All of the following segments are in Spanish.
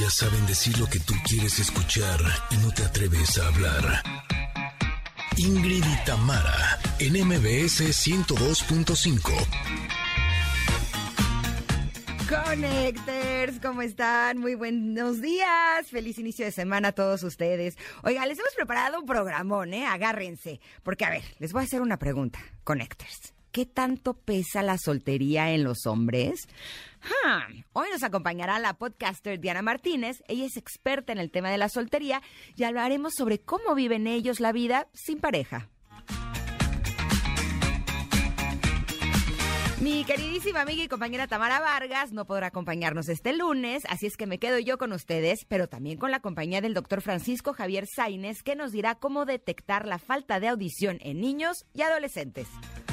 Ellas saben decir lo que tú quieres escuchar y no te atreves a hablar. Ingrid y Tamara, en MBS 102.5. Connectors, ¿cómo están? Muy buenos días. Feliz inicio de semana a todos ustedes. Oiga, les hemos preparado un programón, agárrense. Porque, a ver, les voy a hacer una pregunta, Connectors. ¿Qué tanto pesa la soltería en los hombres? Hoy nos acompañará la podcaster Diana Martínez. Ella es experta en el tema de la soltería y hablaremos sobre cómo viven ellos la vida sin pareja. Mi queridísima amiga y compañera Tamara Vargas no podrá acompañarnos este lunes, así es que me quedo yo con ustedes, pero también con la compañía del doctor Francisco Javier Sainz, que nos dirá cómo detectar la falta de audición en niños y adolescentes.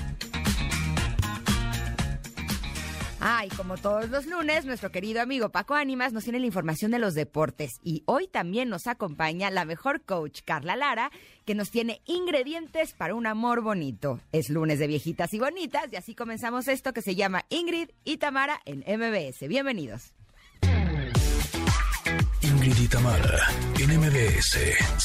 Y como todos los lunes, nuestro querido amigo Paco Ánimas nos tiene la información de los deportes. Y hoy también nos acompaña la mejor coach, Carla Lara, que nos tiene ingredientes para un amor bonito. Es lunes de viejitas y bonitas y así comenzamos esto que se llama Ingrid y Tamara en MBS. Bienvenidos. Ingrid y Tamara en MBS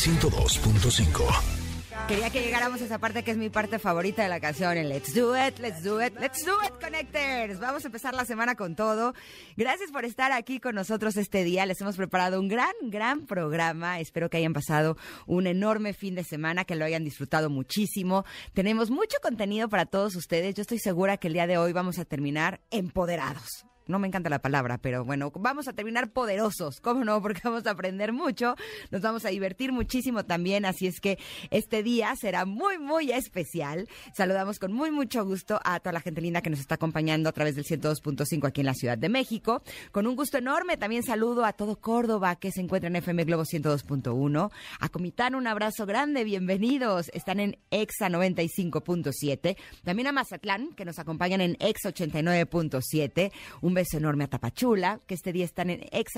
102.5. Quería que llegáramos a esa parte que es mi parte favorita de la canción, en Let's Do It, Let's Do It, Let's Do It, Connectors. Vamos a empezar la semana con todo. Gracias por estar aquí con nosotros este día. Les hemos preparado un gran programa. Espero que hayan pasado un enorme fin de semana, que lo hayan disfrutado muchísimo. Tenemos mucho contenido para todos ustedes. Yo estoy segura que el día de hoy vamos a terminar empoderados. No me encanta la palabra, pero bueno, vamos a terminar poderosos, ¿cómo no? Porque vamos a aprender mucho, nos vamos a divertir muchísimo también, así es que este día será muy especial. Saludamos con mucho gusto a toda la gente linda que nos está acompañando a través del 102.5 aquí en la Ciudad de México. Con un gusto enorme también saludo a todo Córdoba, que se encuentra en FM Globo 102.1. A Comitán, un abrazo grande, bienvenidos. Están en EXA 95.7. También a Mazatlán, que nos acompañan en EXA 89.7. Un beso enorme a Tapachula, que este día están en EXA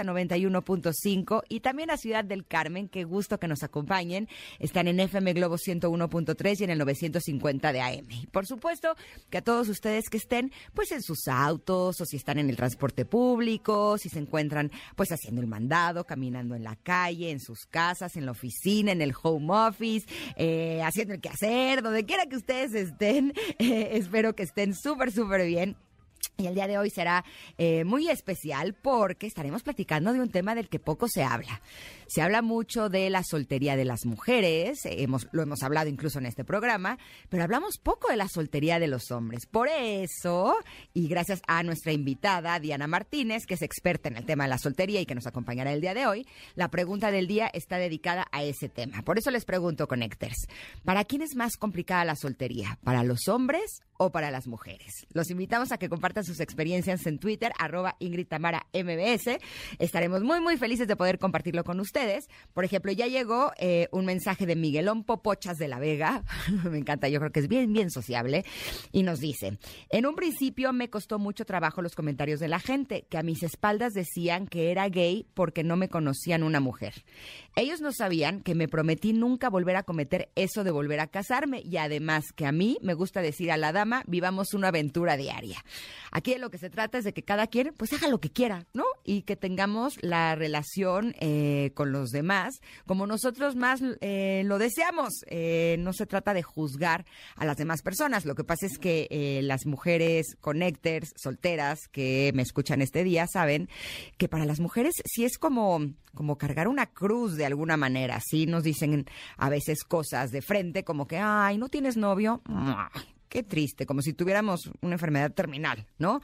91.5, y también a Ciudad del Carmen, qué gusto que nos acompañen. Están en FM Globo 101.3 y en el 950 de AM. Y por supuesto que a todos ustedes que estén pues en sus autos, o si están en el transporte público, si se encuentran pues haciendo el mandado, caminando en la calle, en sus casas, en la oficina, en el home office, haciendo el quehacer, donde quiera que ustedes estén, espero que estén súper bien. Y el día de hoy será muy especial porque estaremos platicando de un tema del que poco se habla. Se habla mucho de la soltería de las mujeres, lo hemos hablado incluso en este programa, pero hablamos poco de la soltería de los hombres. Por eso, y gracias a nuestra invitada Diana Martínez, que es experta en el tema de la soltería y que nos acompañará el día de hoy, la pregunta del día está dedicada a ese tema. Por eso les pregunto, Connectors, ¿para quién es más complicada la soltería? ¿Para los hombres o para las mujeres? Los invitamos a que compartan sus experiencias en Twitter, @IngridTamaraMBS. Estaremos muy felices de poder compartirlo con ustedes. Por ejemplo, ya llegó un mensaje de Miguelón Popochas de la Vega. Me encanta, yo creo que es bien sociable. Y nos dice: en un principio me costó mucho trabajo los comentarios de la gente, que a mis espaldas decían que era gay porque no me conocían una mujer. Ellos no sabían que me prometí nunca volver a cometer eso de volver a casarme, y además que a mí me gusta decir a la dama, vivamos una aventura diaria. Aquí de lo que se trata es de que cada quien pues haga lo que quiera, ¿no? Y que tengamos la relación con los demás como nosotros más lo deseamos. No se trata de juzgar a las demás personas. Lo que pasa es que las mujeres connectors, solteras, que me escuchan este día, saben que para las mujeres sí es como cargar una cruz de alguna manera. Sí nos dicen a veces cosas de frente como que, ay, ¿no tienes novio? Qué triste, como si tuviéramos una enfermedad terminal, ¿no?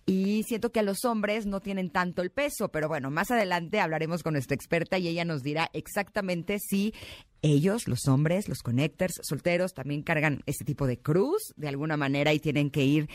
Y siento que a los hombres no tienen tanto el peso, pero bueno, más adelante hablaremos con nuestra experta y ella nos dirá exactamente si ellos, los hombres, los connectors, solteros, también cargan este tipo de cruz de alguna manera y tienen que ir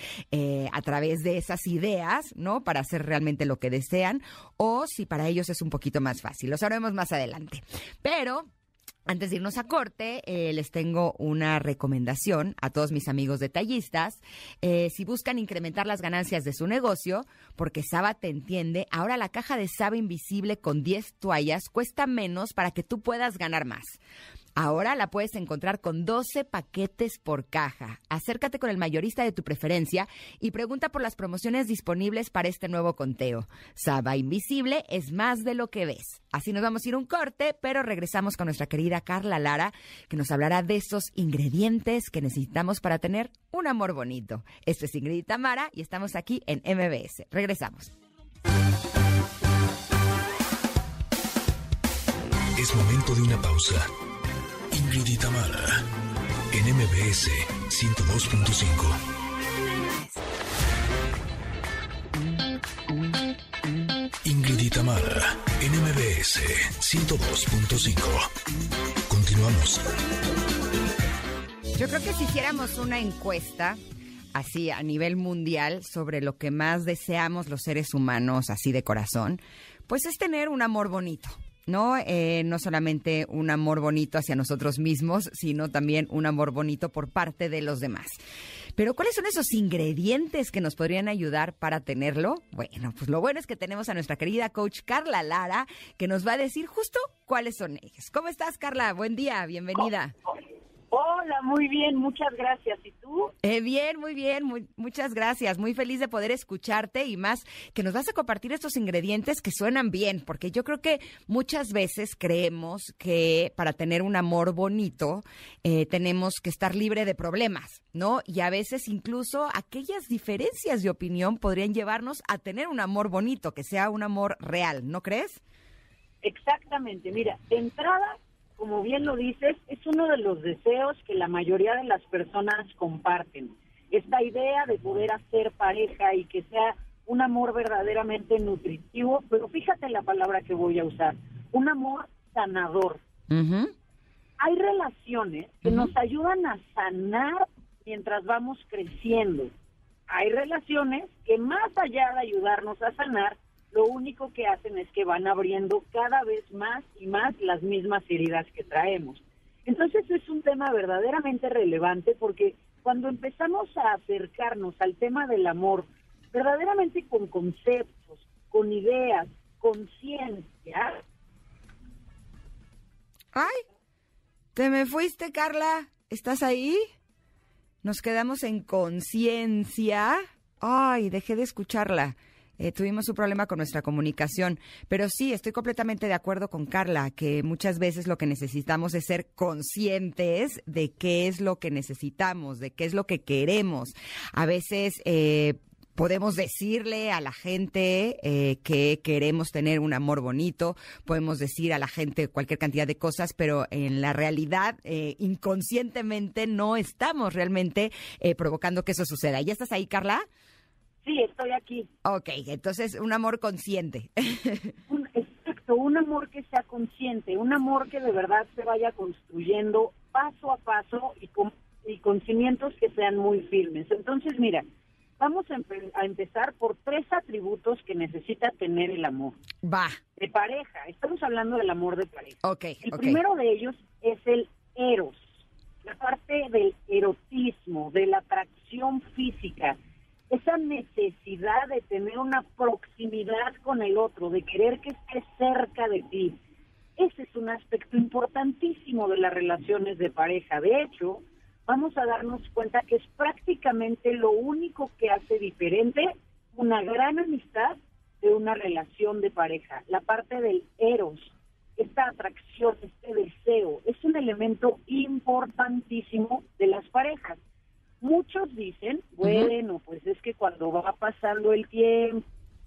a través de esas ideas, ¿no? Para hacer realmente lo que desean, o si para ellos es un poquito más fácil. Lo sabremos más adelante. Pero antes de irnos a corte, les tengo una recomendación a todos mis amigos detallistas. Si buscan incrementar las ganancias de su negocio, porque Saba te entiende, ahora la caja de Saba Invisible con 10 toallas cuesta menos para que tú puedas ganar más. Ahora la puedes encontrar con 12 paquetes por caja. Acércate con el mayorista de tu preferencia y pregunta por las promociones disponibles para este nuevo conteo. Saba Invisible es más de lo que ves. Así nos vamos a ir un corte, pero regresamos con nuestra querida Carla Lara, que nos hablará de esos ingredientes que necesitamos para tener un amor bonito. Esto es Ingrid y Tamara y estamos aquí en MBS. Regresamos. Es momento de una pausa. Ingrid y Tamara, en MBS 102.5. Ingrid y Tamara, en MBS 102.5. Continuamos. Yo creo que si hiciéramos una encuesta así a nivel mundial sobre lo que más deseamos los seres humanos, así de corazón, pues es tener un amor bonito. No solamente un amor bonito hacia nosotros mismos, sino también un amor bonito por parte de los demás. Pero ¿cuáles son esos ingredientes que nos podrían ayudar para tenerlo? Bueno, pues lo bueno es que tenemos a nuestra querida coach Carla Lara, que nos va a decir justo cuáles son ellos. ¿Cómo estás, Carla? Buen día, bienvenida. Hola, muy bien, muchas gracias. ¿Y tú? Bien, muy bien, muchas gracias. Muy feliz de poder escucharte y más que nos vas a compartir estos ingredientes que suenan bien, porque yo creo que muchas veces creemos que para tener un amor bonito tenemos que estar libre de problemas, ¿no? Y a veces incluso aquellas diferencias de opinión podrían llevarnos a tener un amor bonito, que sea un amor real, ¿no crees? Exactamente, mira, de entrada, como bien lo dices, es uno de los deseos que la mayoría de las personas comparten. Esta idea de poder hacer pareja y que sea un amor verdaderamente nutritivo, pero fíjate la palabra que voy a usar, un amor sanador. Uh-huh. Hay relaciones que nos ayudan a sanar mientras vamos creciendo. Hay relaciones que más allá de ayudarnos a sanar, lo único que hacen es que van abriendo cada vez más y más las mismas heridas que traemos. Entonces es un tema verdaderamente relevante porque cuando empezamos a acercarnos al tema del amor, verdaderamente con conceptos, con ideas, con ciencia. ¡Ay! ¿Te me fuiste, Carla? ¿Estás ahí? Nos quedamos en conciencia. ¡Ay! Dejé de escucharla. Tuvimos un problema con nuestra comunicación, pero sí, estoy completamente de acuerdo con Carla, que muchas veces lo que necesitamos es ser conscientes de qué es lo que necesitamos, de qué es lo que queremos. A veces podemos decirle a la gente que queremos tener un amor bonito, podemos decir a la gente cualquier cantidad de cosas, pero en la realidad, inconscientemente, no estamos realmente provocando que eso suceda. ¿Ya estás ahí, Carla? Sí, estoy aquí. Ok, entonces un amor consciente. Exacto, un amor que sea consciente, un amor que de verdad se vaya construyendo paso a paso y con cimientos que sean muy firmes. Entonces, mira, vamos a empezar por 3 atributos que necesita tener el amor. Va. De pareja, estamos hablando del amor de pareja. El ok. primero de ellos es el eros, la parte del erotismo, de la atracción física. Esa necesidad de tener una proximidad con el otro, de querer que esté cerca de ti. Ese es un aspecto importantísimo de las relaciones de pareja. De hecho, vamos a darnos cuenta que es prácticamente lo único que hace diferente una gran amistad de una relación de pareja. La parte del eros, esta atracción, este deseo, es un elemento importantísimo de las parejas. Muchos dicen, bueno, pues es que cuando va pasando el tiempo,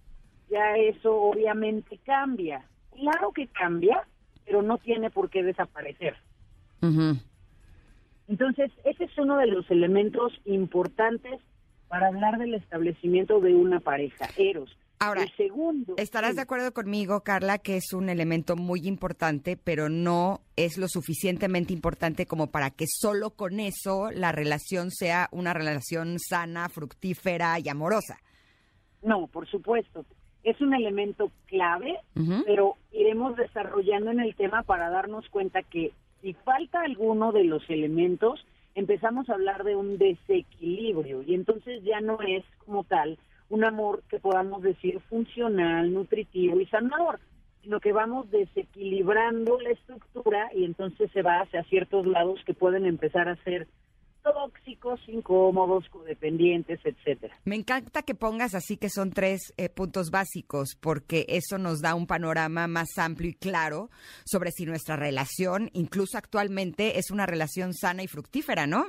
ya eso obviamente cambia. Claro que cambia, pero no tiene por qué desaparecer. Uh-huh. Entonces, ese es uno de los elementos importantes para hablar del establecimiento de una pareja, eros. Ahora, el segundo, estarás de acuerdo conmigo, Carla, que es un elemento muy importante, pero no es lo suficientemente importante como para que solo con eso la relación sea una relación sana, fructífera y amorosa. No, por supuesto. Es un elemento clave, Uh-huh. pero iremos desarrollando en el tema para darnos cuenta que si falta alguno de los elementos, empezamos a hablar de un desequilibrio y entonces ya no es como tal un amor que podamos decir funcional, nutritivo y sanador. sino que vamos desequilibrando la estructura y entonces se va hacia ciertos lados que pueden empezar a ser tóxicos, incómodos, codependientes, etcétera. Me encanta que pongas así que son 3 puntos básicos, porque eso nos da un panorama más amplio y claro sobre si nuestra relación, incluso actualmente, es una relación sana y fructífera, ¿no?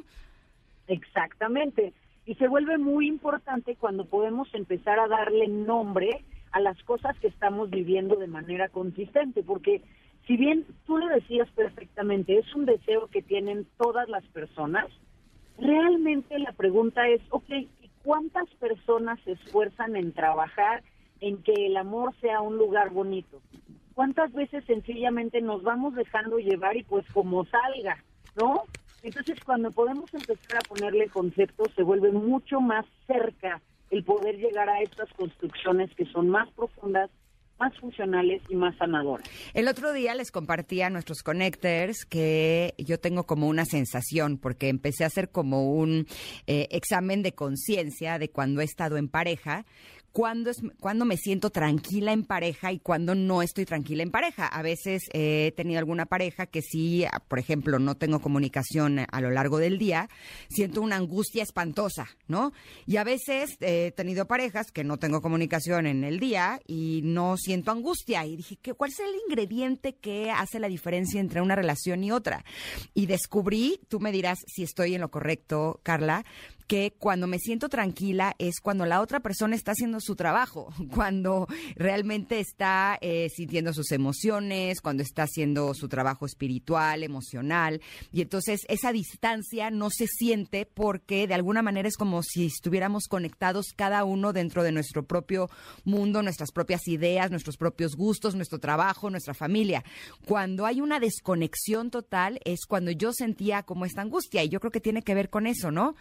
Exactamente. Y se vuelve muy importante cuando podemos empezar a darle nombre a las cosas que estamos viviendo de manera consistente, porque si bien tú lo decías perfectamente, es un deseo que tienen todas las personas, realmente la pregunta es, ¿y cuántas personas se esfuerzan en trabajar en que el amor sea un lugar bonito? ¿Cuántas veces sencillamente nos vamos dejando llevar y pues como salga, ¿no? Entonces cuando podemos empezar a ponerle conceptos se vuelve mucho más cerca el poder llegar a estas construcciones que son más profundas, más funcionales y más sanadoras. El otro día les compartí a nuestros connectors que yo tengo como una sensación, porque empecé a hacer como un examen de conciencia de cuando he estado en pareja, cuando me siento tranquila en pareja y cuando no estoy tranquila en pareja. A veces he tenido alguna pareja que sí, por ejemplo, no tengo comunicación a lo largo del día, siento una angustia espantosa, ¿no? Y a veces he tenido parejas que no tengo comunicación en el día y no siento angustia. Y dije, ¿cuál es el ingrediente que hace la diferencia entre una relación y otra? Y descubrí, tú me dirás si estoy en lo correcto, Carla, que cuando me siento tranquila es cuando la otra persona está haciendo su trabajo, cuando realmente está sintiendo sus emociones, cuando está haciendo su trabajo espiritual, emocional, y entonces esa distancia no se siente porque de alguna manera es como si estuviéramos conectados cada uno dentro de nuestro propio mundo, nuestras propias ideas, nuestros propios gustos, nuestro trabajo, nuestra familia. Cuando hay una desconexión total es cuando yo sentía como esta angustia, y yo creo que tiene que ver con eso, ¿no?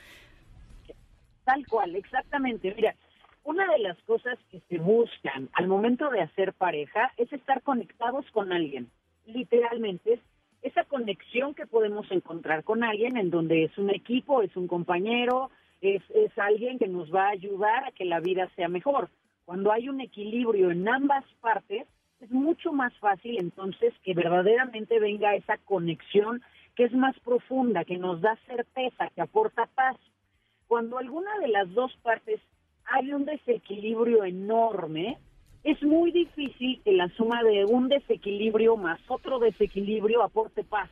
Tal cual, exactamente. Mira, una de las cosas que se buscan al momento de hacer pareja es estar conectados con alguien. Literalmente, es esa conexión que podemos encontrar con alguien en donde es un equipo, es un compañero, es alguien que nos va a ayudar a que la vida sea mejor. Cuando hay un equilibrio en ambas partes, es mucho más fácil entonces que verdaderamente venga esa conexión que es más profunda, que nos da certeza, que aporta paz. Cuando alguna de las dos partes hay un desequilibrio enorme, es muy difícil que la suma de un desequilibrio más otro desequilibrio aporte paz.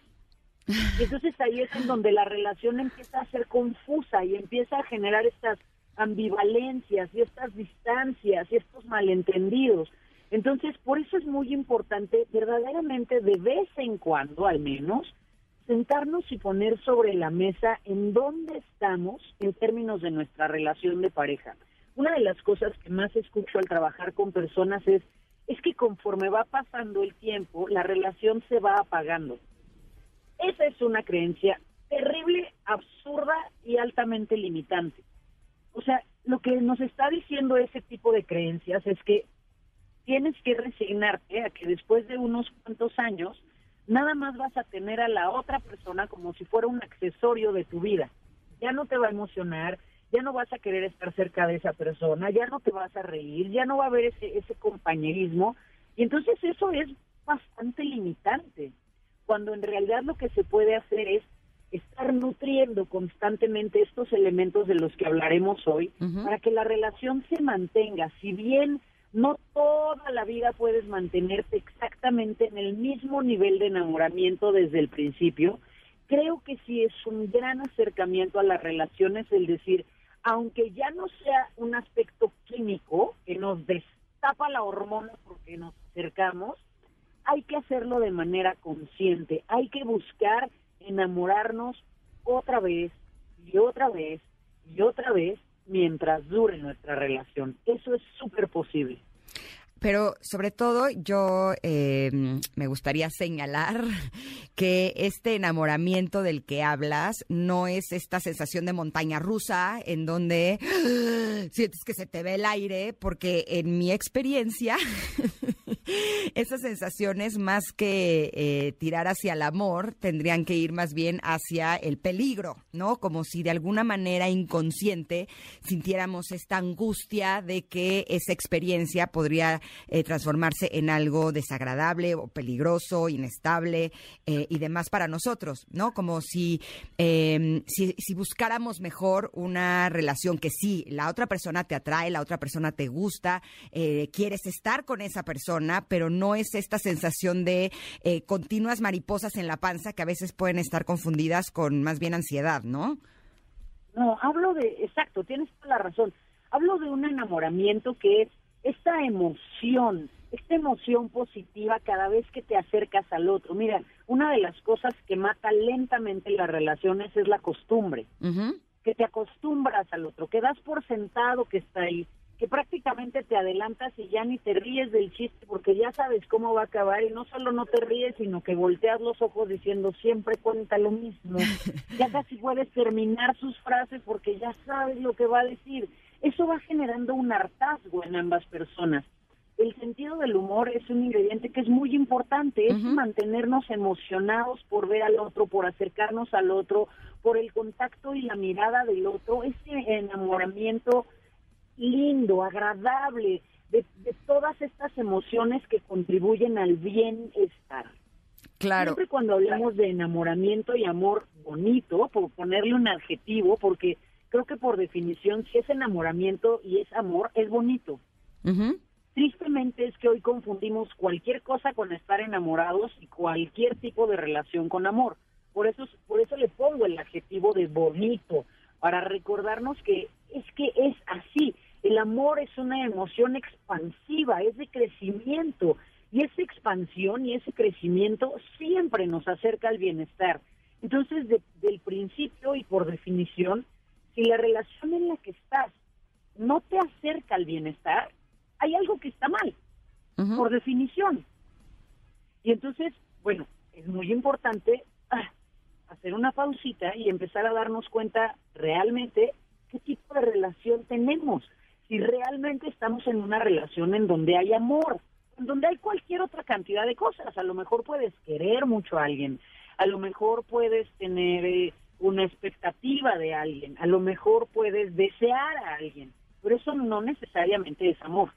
Y entonces ahí es en donde la relación empieza a ser confusa y empieza a generar estas ambivalencias y estas distancias y estos malentendidos. Entonces, por eso es muy importante, verdaderamente de vez en cuando al menos, sentarnos y poner sobre la mesa en dónde estamos en términos de nuestra relación de pareja. Una de las cosas que más escucho al trabajar con personas es que conforme va pasando el tiempo, la relación se va apagando. Esa es una creencia terrible, absurda y altamente limitante. O sea, lo que nos está diciendo ese tipo de creencias es que tienes que resignarte a que después de unos cuantos años nada más vas a tener a la otra persona como si fuera un accesorio de tu vida. Ya no te va a emocionar, ya no vas a querer estar cerca de esa persona, ya no te vas a reír, ya no va a haber ese compañerismo. Y entonces eso es bastante limitante, cuando en realidad lo que se puede hacer es estar nutriendo constantemente estos elementos de los que hablaremos hoy, para que la relación se mantenga. Si bien no toda la vida puedes mantenerte exactamente en el mismo nivel de enamoramiento desde el principio, creo que sí es un gran acercamiento a las relaciones el decir, aunque ya no sea un aspecto químico que nos destapa la hormona porque nos acercamos, hay que hacerlo de manera consciente, hay que buscar enamorarnos otra vez y otra vez y otra vez mientras dure nuestra relación. Eso es súper posible. Pero sobre todo yo me gustaría señalar que este enamoramiento del que hablas no es esta sensación de montaña rusa en donde sientes que se te ve el aire, porque en mi experiencia esas sensaciones, más que tirar hacia el amor, tendrían que ir más bien hacia el peligro, ¿no? Como si de alguna manera inconsciente sintiéramos esta angustia de que esa experiencia podría transformarse en algo desagradable o peligroso, inestable y demás para nosotros, ¿no? Como si buscáramos mejor una relación que sí, la otra persona te atrae, la otra persona te gusta, quieres estar con esa persona, pero no es esta sensación de continuas mariposas en la panza que a veces pueden estar confundidas con más bien ansiedad, ¿no? No, exacto, tienes toda la razón. Hablo de un enamoramiento que es esta emoción positiva cada vez que te acercas al otro. Mira, una de las cosas que mata lentamente las relaciones es la costumbre. Uh-huh. Que te acostumbras al otro, que das por sentado que está ahí, que prácticamente te adelantas y ya ni te ríes del chiste porque ya sabes cómo va a acabar, y no solo no te ríes, sino que volteas los ojos diciendo siempre cuenta lo mismo. Ya casi puedes terminar sus frases porque ya sabes lo que va a decir. Eso va generando un hartazgo en ambas personas. El sentido del humor es un ingrediente que es muy importante, es mantenernos emocionados por ver al otro, por acercarnos al otro, por el contacto y la mirada del otro, ese enamoramiento lindo, agradable, de todas estas emociones que contribuyen al bienestar. Claro. Siempre cuando hablamos de enamoramiento y amor bonito, por ponerle un adjetivo, porque creo que por definición, si es enamoramiento y es amor, es bonito. Uh-huh. Tristemente es que hoy confundimos cualquier cosa con estar enamorados y cualquier tipo de relación con amor. Por eso le pongo el adjetivo de bonito, para recordarnos que es así. El amor es una emoción expansiva, es de crecimiento, y esa expansión y ese crecimiento siempre nos acerca al bienestar. Entonces, del principio y por definición, si la relación en la que estás no te acerca al bienestar, hay algo que está mal, uh-huh, por definición. Y entonces, bueno, es muy importante hacer una pausita y empezar a darnos cuenta realmente qué tipo de relación tenemos. Si realmente estamos en una relación en donde hay amor, en donde hay cualquier otra cantidad de cosas. A lo mejor puedes querer mucho a alguien, a lo mejor puedes tener una expectativa de alguien, a lo mejor puedes desear a alguien, pero eso no necesariamente es amor.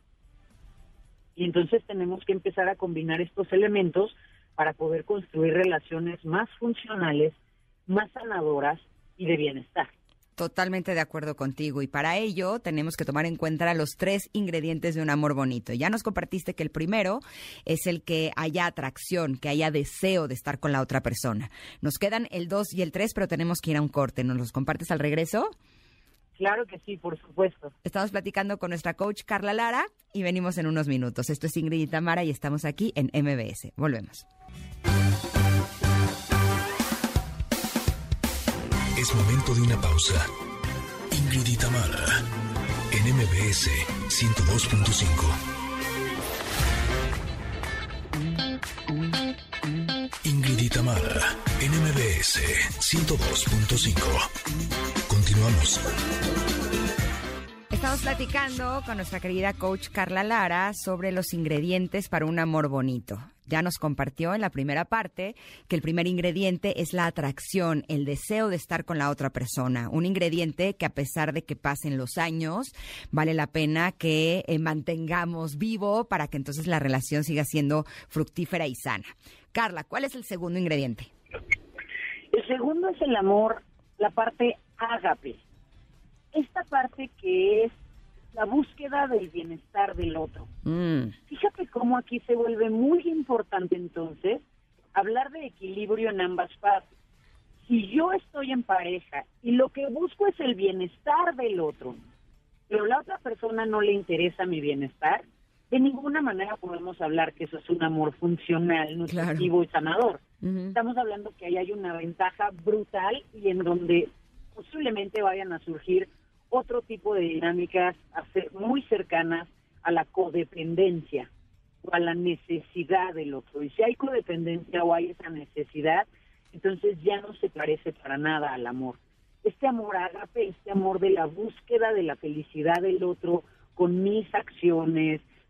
Y entonces tenemos que empezar a combinar estos elementos para poder construir relaciones más funcionales, más sanadoras y de bienestar. Totalmente de acuerdo contigo, y para ello tenemos que tomar en cuenta los 3 ingredientes de un amor bonito. Ya nos compartiste que el primero es el que haya atracción, que haya deseo de estar con la otra persona. Nos quedan el 2 y el 3, pero tenemos que ir a un corte. ¿Nos los compartes al regreso? Claro que sí, por supuesto. Estamos platicando con nuestra coach Carla Lara y venimos en unos minutos. Esto es Ingrid y Tamara y estamos aquí en MBS. Volvemos. Es momento de una pausa. Ingrid y Tamara en MBS 102.5. Ingrid y Tamara en MBS 102.5. Continuamos. Estamos platicando con nuestra querida coach Carla Lara sobre los ingredientes para un amor bonito. Ya nos compartió en la primera parte que el primer ingrediente es la atracción, el deseo de estar con la otra persona. Un ingrediente que, a pesar de que pasen los años, vale la pena que mantengamos vivo para que entonces la relación siga siendo fructífera y sana. Carla, ¿cuál es el segundo ingrediente? El segundo es el amor, la parte ágape. Esta parte que es la búsqueda del bienestar del otro. Fíjate cómo aquí se vuelve muy importante entonces hablar de equilibrio en ambas partes. Si yo estoy en pareja y lo que busco es el bienestar del otro, pero la otra persona no le interesa mi bienestar, de ninguna manera podemos hablar que eso es un amor funcional, nutritivo, claro, y sanador. Uh-huh. Estamos hablando que ahí hay una ventaja brutal y en donde posiblemente vayan a surgir otro tipo de dinámicas muy cercanas a la codependencia o a la necesidad del otro. Y si hay codependencia o hay esa necesidad, entonces ya no se parece para nada al amor. Este amor ágape, este amor de la búsqueda de la felicidad del otro con mis acciones,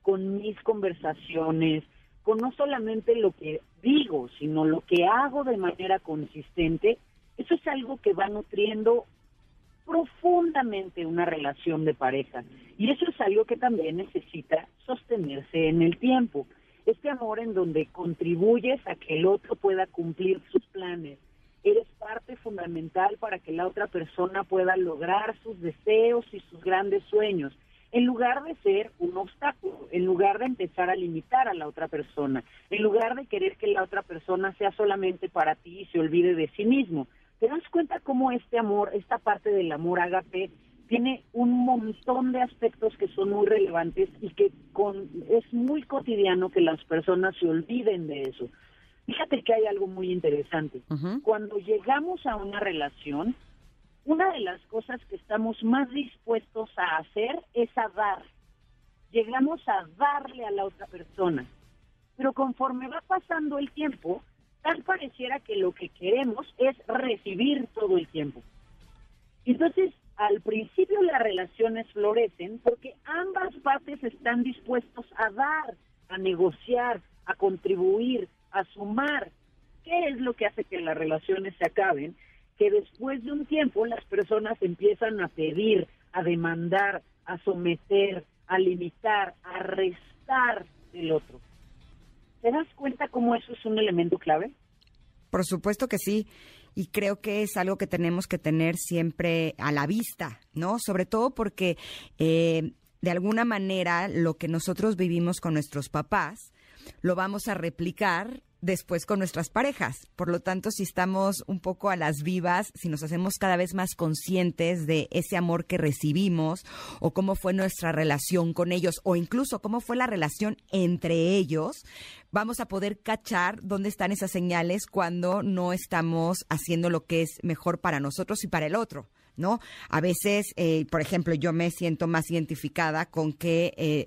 con mis conversaciones, con no solamente lo que digo, sino lo que hago de manera consistente, eso es algo que va nutriendo profundamente una relación de pareja. Y eso es algo que también necesita sostenerse en el tiempo. Este amor en donde contribuyes a que el otro pueda cumplir sus planes. Eres parte fundamental para que la otra persona pueda lograr sus deseos y sus grandes sueños, en lugar de ser un obstáculo, en lugar de empezar a limitar a la otra persona, en lugar de querer que la otra persona sea solamente para ti y se olvide de sí mismo. ¿Te das cuenta cómo este amor, esta parte del amor ágape, tiene un montón de aspectos que son muy relevantes y que es muy cotidiano que las personas se olviden de eso? Fíjate que hay algo muy interesante. Uh-huh. Cuando llegamos a una relación, una de las cosas que estamos más dispuestos a hacer es a dar. Llegamos a darle a la otra persona. Pero conforme va pasando el tiempo, tal pareciera que lo que queremos es recibir todo el tiempo. Entonces, al principio las relaciones florecen porque ambas partes están dispuestos a dar, a negociar, a contribuir, a sumar. ¿Qué es lo que hace que las relaciones se acaben? Que después de un tiempo las personas empiezan a pedir, a demandar, a someter, a limitar, a restar del otro. ¿Te das cuenta cómo eso es un elemento clave? Por supuesto que sí. Y creo que es algo que tenemos que tener siempre a la vista, ¿no? Sobre todo porque de alguna manera lo que nosotros vivimos con nuestros papás lo vamos a replicar después con nuestras parejas. Por lo tanto, si estamos un poco a las vivas, si nos hacemos cada vez más conscientes de ese amor que recibimos o cómo fue nuestra relación con ellos o incluso cómo fue la relación entre ellos, vamos a poder cachar dónde están esas señales cuando no estamos haciendo lo que es mejor para nosotros y para el otro, ¿no? A veces, por ejemplo, yo me siento más identificada con que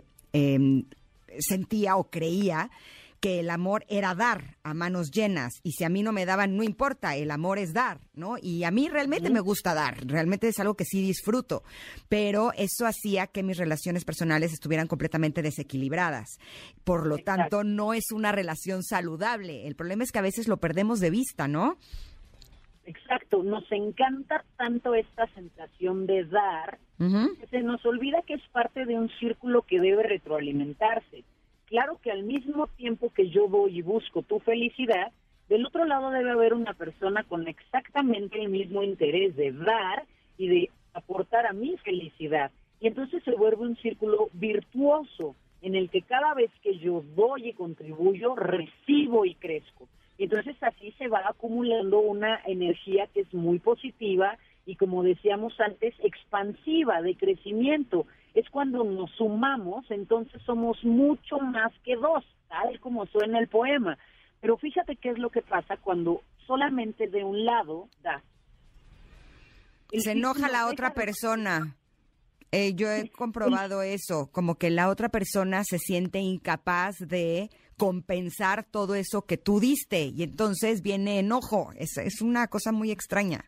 sentía o creía que el amor era dar a manos llenas, y si a mí no me daban, no importa, el amor es dar, ¿no? Y a mí realmente me gusta dar, realmente es algo que sí disfruto, pero eso hacía que mis relaciones personales estuvieran completamente desequilibradas. Por lo tanto, no es una relación saludable. El problema es que a veces lo perdemos de vista, ¿no? Exacto, nos encanta tanto esta sensación de dar, que se nos olvida que es parte de un círculo que debe retroalimentarse. Claro que al mismo tiempo que yo doy y busco tu felicidad, del otro lado debe haber una persona con exactamente el mismo interés de dar y de aportar a mi felicidad. Y entonces se vuelve un círculo virtuoso en el que cada vez que yo doy y contribuyo, recibo y crezco. Y entonces así se va acumulando una energía que es muy positiva y, como decíamos antes, expansiva, de crecimiento. Es cuando nos sumamos, entonces somos mucho más que dos, tal como suena el poema. Pero fíjate qué es lo que pasa cuando solamente de un lado das. Se enoja la otra persona. Yo he comprobado eso, como que la otra persona se siente incapaz de compensar todo eso que tú diste y entonces viene enojo. Es una cosa muy extraña.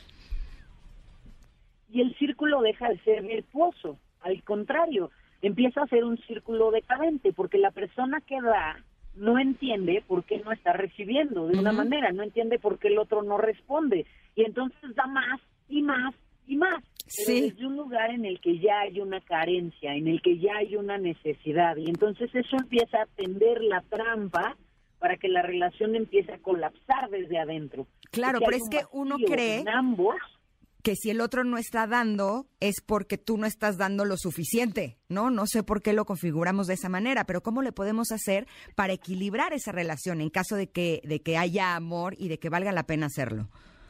Y el círculo deja de ser virtuoso. Al contrario, empieza a ser un círculo decadente, porque la persona que da no entiende por qué no está recibiendo de una manera, no entiende por qué el otro no responde, y entonces da más y más y más, pero desde un lugar en el que ya hay una carencia, en el que ya hay una necesidad, y entonces eso empieza a tender la trampa para que la relación empiece a colapsar desde adentro. Claro, pero es que uno cree en ambos que si el otro no está dando es porque tú no estás dando lo suficiente, ¿no? No sé por qué lo configuramos de esa manera, pero ¿cómo le podemos hacer para equilibrar esa relación en caso de que haya amor y de que valga la pena hacerlo?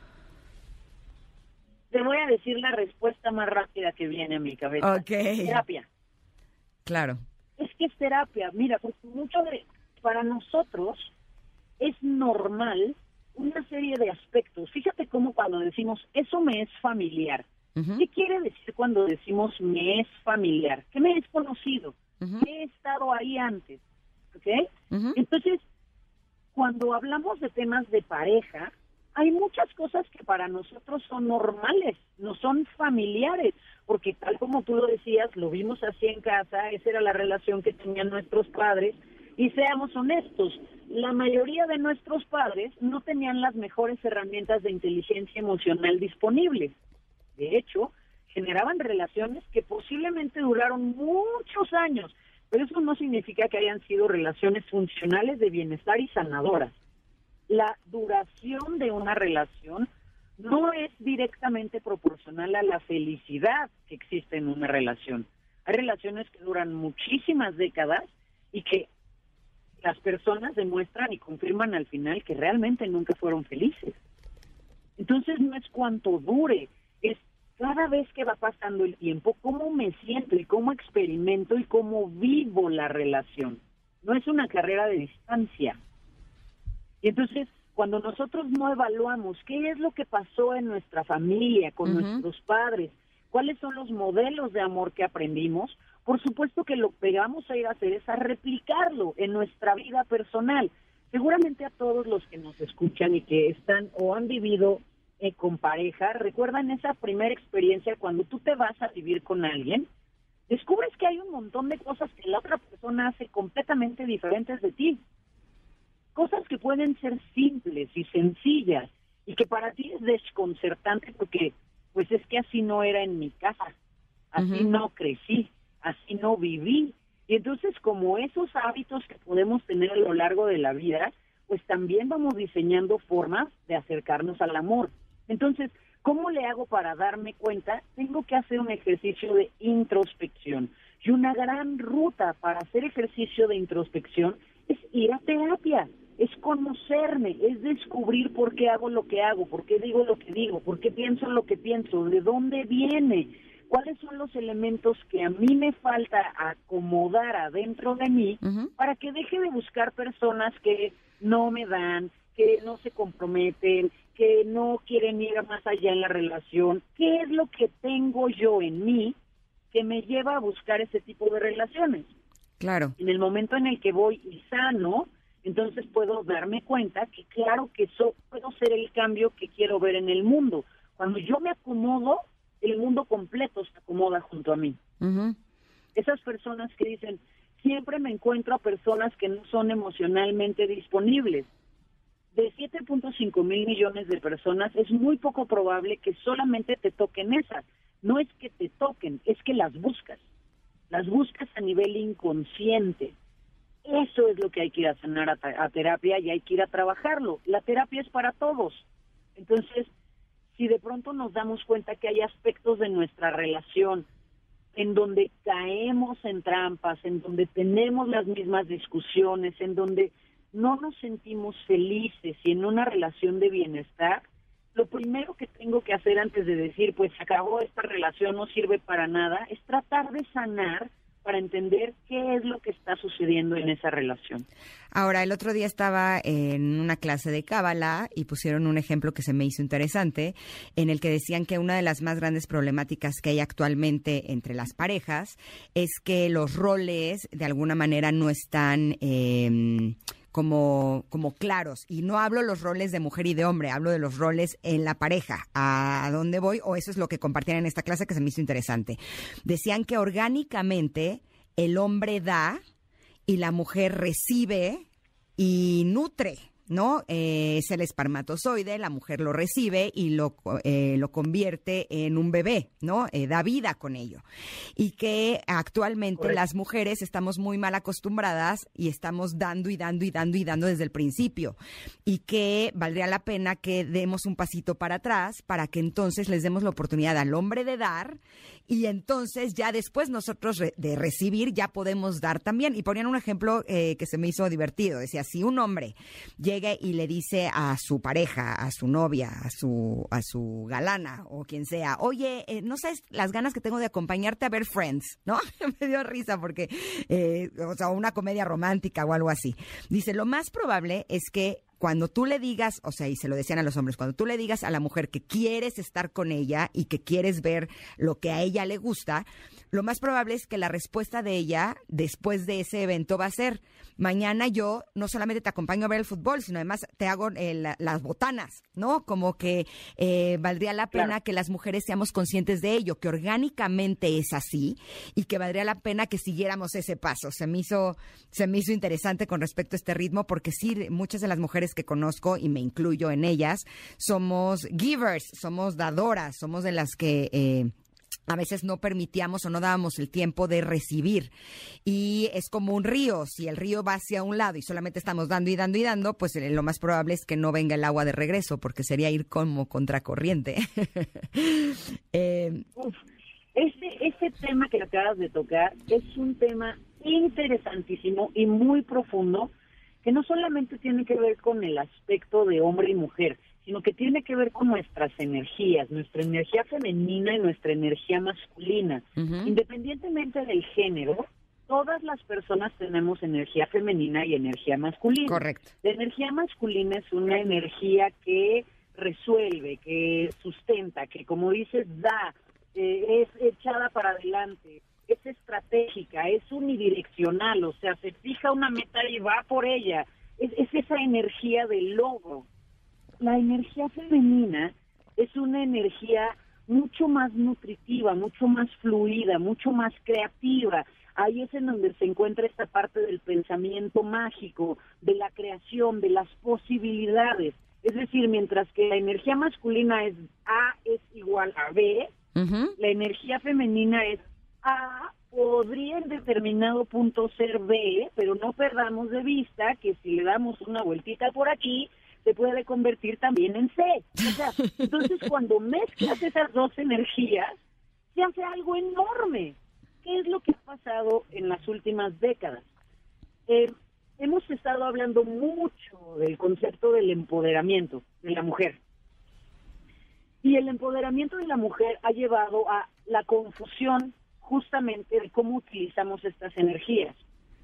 Te voy a decir la respuesta más rápida que viene a mi cabeza. Okay. Terapia. Claro. Es que es terapia. Mira, porque para nosotros es normal una serie de aspectos. Fíjate cómo cuando decimos, eso me es familiar. ¿Qué quiere decir cuando decimos me es familiar? Que me es conocido, que he estado ahí antes. ¿Ok? Entonces, cuando hablamos de temas de pareja, hay muchas cosas que para nosotros son normales, no son familiares, porque tal como tú lo decías, lo vimos así en casa, esa era la relación que tenían nuestros padres, y seamos honestos, la mayoría de nuestros padres no tenían las mejores herramientas de inteligencia emocional disponibles. De hecho, generaban relaciones que posiblemente duraron muchos años, pero eso no significa que hayan sido relaciones funcionales de bienestar y sanadoras. La duración de una relación no es directamente proporcional a la felicidad que existe en una relación. Hay relaciones que duran muchísimas décadas y que las personas demuestran y confirman al final que realmente nunca fueron felices. Entonces no es cuánto dure, es cada vez que va pasando el tiempo, cómo me siento y cómo experimento y cómo vivo la relación. No es una carrera de distancia. Y entonces, cuando nosotros no evaluamos qué es lo que pasó en nuestra familia, con nuestros padres, cuáles son los modelos de amor que aprendimos, por supuesto que lo que vamos a ir a hacer es a replicarlo en nuestra vida personal. Seguramente a todos los que nos escuchan y que están o han vivido con pareja, recuerdan esa primera experiencia cuando tú te vas a vivir con alguien, descubres que hay un montón de cosas que la otra persona hace completamente diferentes de ti. Cosas que pueden ser simples y sencillas y que para ti es desconcertante porque pues es que así no era en mi casa, así no crecí, así no viví. Y entonces como esos hábitos que podemos tener a lo largo de la vida, pues también vamos diseñando formas de acercarnos al amor. Entonces, ¿cómo le hago para darme cuenta? Tengo que hacer un ejercicio de introspección. Y una gran ruta para hacer ejercicio de introspección es ir a terapia, es conocerme, es descubrir por qué hago lo que hago, por qué digo lo que digo, por qué pienso lo que pienso, de dónde viene, cuáles son los elementos que a mí me falta acomodar adentro de mí para que deje de buscar personas que no me dan, que no se comprometen, que no quieren ir más allá en la relación. ¿Qué es lo que tengo yo en mí que me lleva a buscar ese tipo de relaciones? Claro. En el momento en el que voy y sano, entonces puedo darme cuenta que claro que puedo ser el cambio que quiero ver en el mundo. Cuando yo me acomodo, el mundo completo se acomoda junto a mí. Esas personas que dicen, siempre me encuentro a personas que no son emocionalmente disponibles. De 7.5 mil millones de personas, es muy poco probable que solamente te toquen esas. No es que te toquen, es que las buscas. Las buscas a nivel inconsciente. Eso es lo que hay que ir a sanar a terapia y hay que ir a trabajarlo. La terapia es para todos. Entonces, si de pronto nos damos cuenta que hay aspectos de nuestra relación en donde caemos en trampas, en donde tenemos las mismas discusiones, en donde no nos sentimos felices y en una relación de bienestar, lo primero que tengo que hacer antes de decir, pues se acabó esta relación, no sirve para nada, es tratar de sanar para entender qué es lo que está sucediendo en esa relación. Ahora, el otro día estaba en una clase de Cábala y pusieron un ejemplo que se me hizo interesante, en el que decían que una de las más grandes problemáticas que hay actualmente entre las parejas es que los roles de alguna manera no están como claros. Y no hablo los roles de mujer y de hombre, hablo de los roles en la pareja. ¿A dónde voy? O eso es lo que compartían en esta clase que se me hizo interesante. Decían que orgánicamente el hombre da y la mujer recibe y nutre, ¿no? Es el espermatozoide, la mujer lo recibe y lo convierte en un bebé, ¿no? Da vida con ello. Y que actualmente las mujeres estamos muy mal acostumbradas y estamos dando y dando y dando y dando desde el principio. Y que valdría la pena que demos un pasito para atrás para que entonces les demos la oportunidad al hombre de dar y entonces ya después nosotros de recibir ya podemos dar también. Y ponían un ejemplo que se me hizo divertido. Decía, si un hombre llega y le dice a su pareja, a su novia, a su galana o quien sea, oye, no sabes las ganas que tengo de acompañarte a ver Friends, ¿no? Me dio risa porque, o sea, una comedia romántica o algo así. Dice, lo más probable es que cuando tú le digas, o sea, y se lo decían a los hombres, cuando tú le digas a la mujer que quieres estar con ella y que quieres ver lo que a ella le gusta, lo más probable es que la respuesta de ella después de ese evento va a ser: mañana yo no solamente te acompaño a ver el fútbol, sino además te hago las botanas, ¿no? Como que valdría la pena que las mujeres seamos conscientes de ello, que orgánicamente es así y que valdría la pena que siguiéramos ese paso. Se me hizo interesante con respecto a este ritmo, porque sí, muchas de las mujeres que conozco, y me incluyo en ellas, somos givers, somos dadoras, somos de las que a veces no permitíamos o no dábamos el tiempo de recibir. Y es como un río. Si el río va hacia un lado y solamente estamos dando y dando y dando, pues lo más probable es que no venga el agua de regreso, porque sería ir como contracorriente. Ese tema que acabas de tocar es un tema interesantísimo y muy profundo, que no solamente tiene que ver con el aspecto de hombre y mujer, sino que tiene que ver con nuestras energías, nuestra energía femenina y nuestra energía masculina. Uh-huh. Independientemente del género, todas las personas tenemos energía femenina y energía masculina. Correcto. La energía masculina es una energía que resuelve, que sustenta, que, como dices, da, es echada para adelante, es estratégica, es unidireccional, o sea, se fija una meta y va por ella. Es esa energía del logro. La energía femenina es una energía mucho más nutritiva, mucho más fluida, mucho más creativa. Ahí es en donde se encuentra esta parte del pensamiento mágico, de la creación, de las posibilidades. Es decir, mientras que la energía masculina es A es igual a B, uh-huh, la energía femenina es A podría en determinado punto ser B, pero no perdamos de vista que si le damos una vueltita por aquí, se puede convertir también en C. O sea, entonces cuando mezclas esas dos energías, se hace algo enorme. ¿Qué es lo que ha pasado en las últimas décadas? Hemos estado hablando mucho del concepto del empoderamiento de la mujer. Y el empoderamiento de la mujer ha llevado a la confusión justamente de cómo utilizamos estas energías.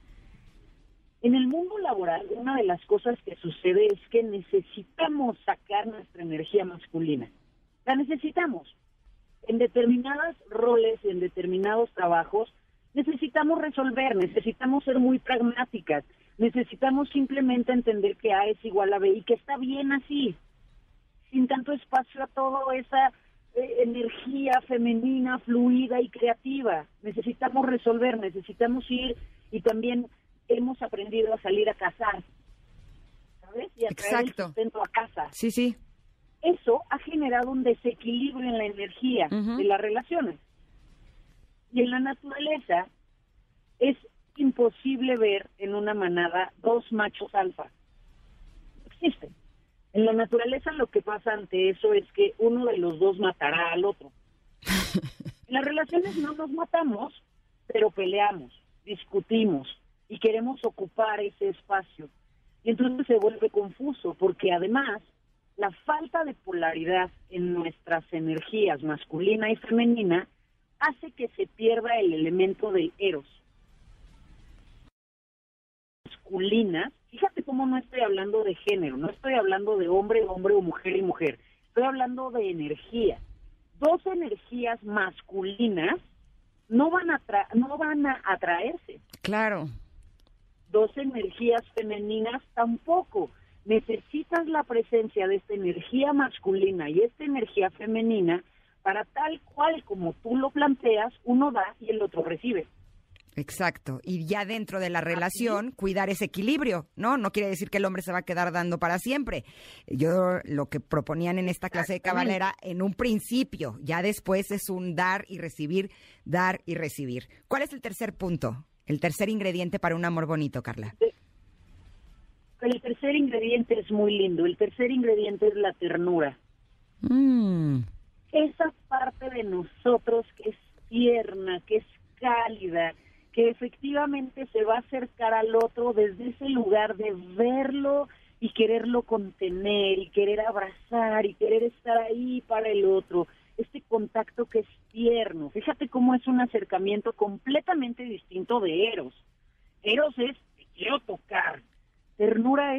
En el mundo laboral, una de las cosas que sucede es que necesitamos sacar nuestra energía masculina. La necesitamos. En determinados roles, en determinados trabajos, necesitamos resolver, necesitamos ser muy pragmáticas, necesitamos simplemente entender que A es igual a B y que está bien así, sin tanto espacio a toda esa energía femenina, fluida y creativa. Necesitamos resolver, necesitamos ir, y también hemos aprendido a salir a cazar, ¿sabes? Y a traer el sustento a casa. Sí, sí. Eso ha generado un desequilibrio en la energía, uh-huh, de las relaciones. Y en la naturaleza es imposible ver en una manada dos machos alfa. Existen. En la naturaleza lo que pasa ante eso es que uno de los dos matará al otro. En las relaciones no nos matamos, pero peleamos, discutimos y queremos ocupar ese espacio. Y entonces se vuelve confuso, porque además la falta de polaridad en nuestras energías masculina y femenina hace que se pierda el elemento del eros. Masculina, fíjate cómo no estoy hablando de género, no estoy hablando de hombre, hombre o mujer y mujer, estoy hablando de energía. Dos energías masculinas no van a atraerse. Claro. Dos energías femeninas tampoco. Necesitas la presencia de esta energía masculina y esta energía femenina para, tal cual como tú lo planteas, uno da y el otro recibe. Exacto. Y ya dentro de la relación, cuidar ese equilibrio, ¿no? No quiere decir que el hombre se va a quedar dando para siempre. Yo lo que proponían en esta clase de Cábala era en un principio, ya después es un dar y recibir, dar y recibir. ¿Cuál es el tercer punto? El tercer ingrediente para un amor bonito, Carla. El tercer ingrediente es muy lindo. El tercer ingrediente es la ternura. Esa parte de nosotros que es tierna, que es cálida, que efectivamente se va a acercar al otro desde ese lugar de verlo y quererlo contener y querer abrazar y querer estar ahí para el otro. Este contacto que es tierno. Fíjate cómo es un acercamiento completamente distinto de Eros. Eros es te quiero tocar. Ternura es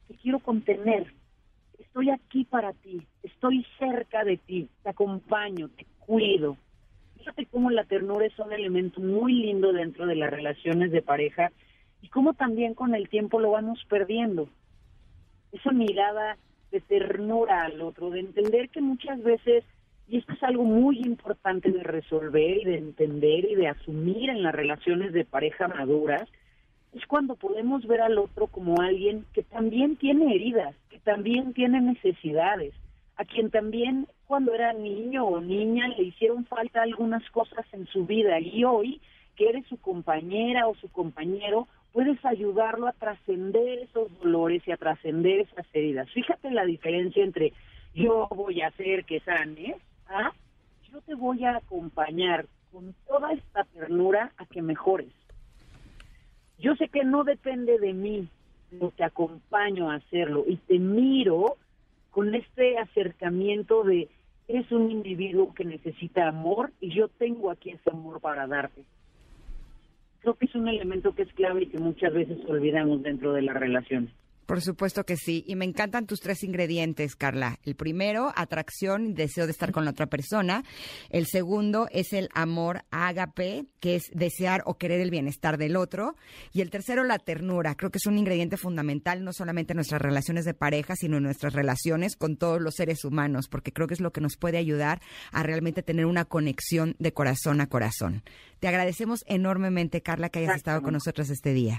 te quiero contener, estoy aquí para ti, estoy cerca de ti, te acompaño, te cuido. Fíjate cómo la ternura es un elemento muy lindo dentro de las relaciones de pareja y cómo también con el tiempo lo vamos perdiendo. Esa mirada de ternura al otro, de entender que muchas veces, y esto es algo muy importante de resolver y de entender y de asumir en las relaciones de pareja maduras, es cuando podemos ver al otro como alguien que también tiene heridas, que también tiene necesidades, a quien también cuando era niño o niña le hicieron falta algunas cosas en su vida y hoy, que eres su compañera o su compañero, puedes ayudarlo a trascender esos dolores y a trascender esas heridas. Fíjate la diferencia entre yo voy a hacer que sanes, yo te voy a acompañar con toda esta ternura a que mejores. Yo sé que no depende de mí, pero te acompaño a hacerlo y te miro con este acercamiento de eres un individuo que necesita amor y yo tengo aquí ese amor para darte. Creo que es un elemento que es clave y que muchas veces olvidamos dentro de las relaciones. Por supuesto que sí. Y me encantan tus 3 ingredientes, Carla. El primero, atracción y deseo de estar con la otra persona. El segundo es el amor ágape, que es desear o querer el bienestar del otro. Y el tercero, la ternura. Creo que es un ingrediente fundamental no solamente en nuestras relaciones de pareja, sino en nuestras relaciones con todos los seres humanos, porque creo que es lo que nos puede ayudar a realmente tener una conexión de corazón a corazón. Te agradecemos enormemente, Carla, que hayas estado con nosotros este día.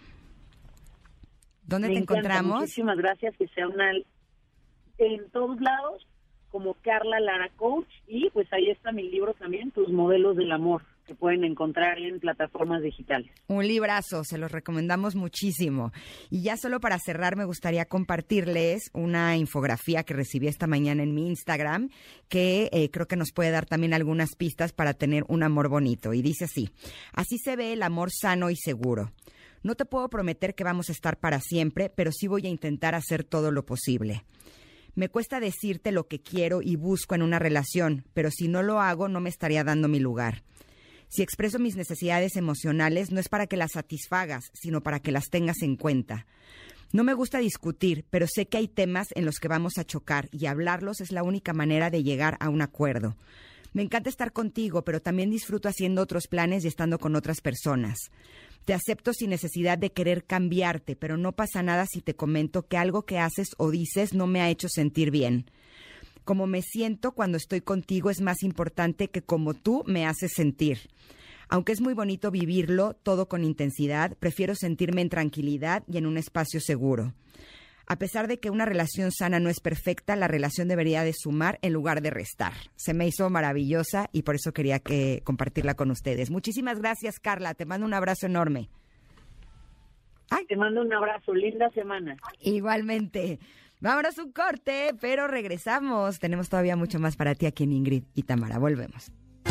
¿Dónde te encontramos? Muchísimas gracias, que sea en todos lados, como Carla Lara Coach, y pues ahí está mi libro también, Tus Modelos del Amor, que pueden encontrar en plataformas digitales. Un librazo, se los recomendamos muchísimo. Y ya solo para cerrar, me gustaría compartirles una infografía que recibí esta mañana en mi Instagram, que creo que nos puede dar también algunas pistas para tener un amor bonito. Y dice así se ve el amor sano y seguro. No te puedo prometer que vamos a estar para siempre, pero sí voy a intentar hacer todo lo posible. Me cuesta decirte lo que quiero y busco en una relación, pero si no lo hago, no me estaría dando mi lugar. Si expreso mis necesidades emocionales, no es para que las satisfagas, sino para que las tengas en cuenta. No me gusta discutir, pero sé que hay temas en los que vamos a chocar y hablarlos es la única manera de llegar a un acuerdo. Me encanta estar contigo, pero también disfruto haciendo otros planes y estando con otras personas. Te acepto sin necesidad de querer cambiarte, pero no pasa nada si te comento que algo que haces o dices no me ha hecho sentir bien. Como me siento cuando estoy contigo es más importante que como tú me haces sentir. Aunque es muy bonito vivirlo todo con intensidad, prefiero sentirme en tranquilidad y en un espacio seguro. A pesar de que una relación sana no es perfecta, la relación debería de sumar en lugar de restar. Se me hizo maravillosa y por eso quería compartirla con ustedes. Muchísimas gracias, Carla. Te mando un abrazo enorme. Te mando un abrazo. Linda semana. Igualmente. Vámonos un corte, pero regresamos. Tenemos todavía mucho más para ti aquí en Ingrid y Tamara. Volvemos.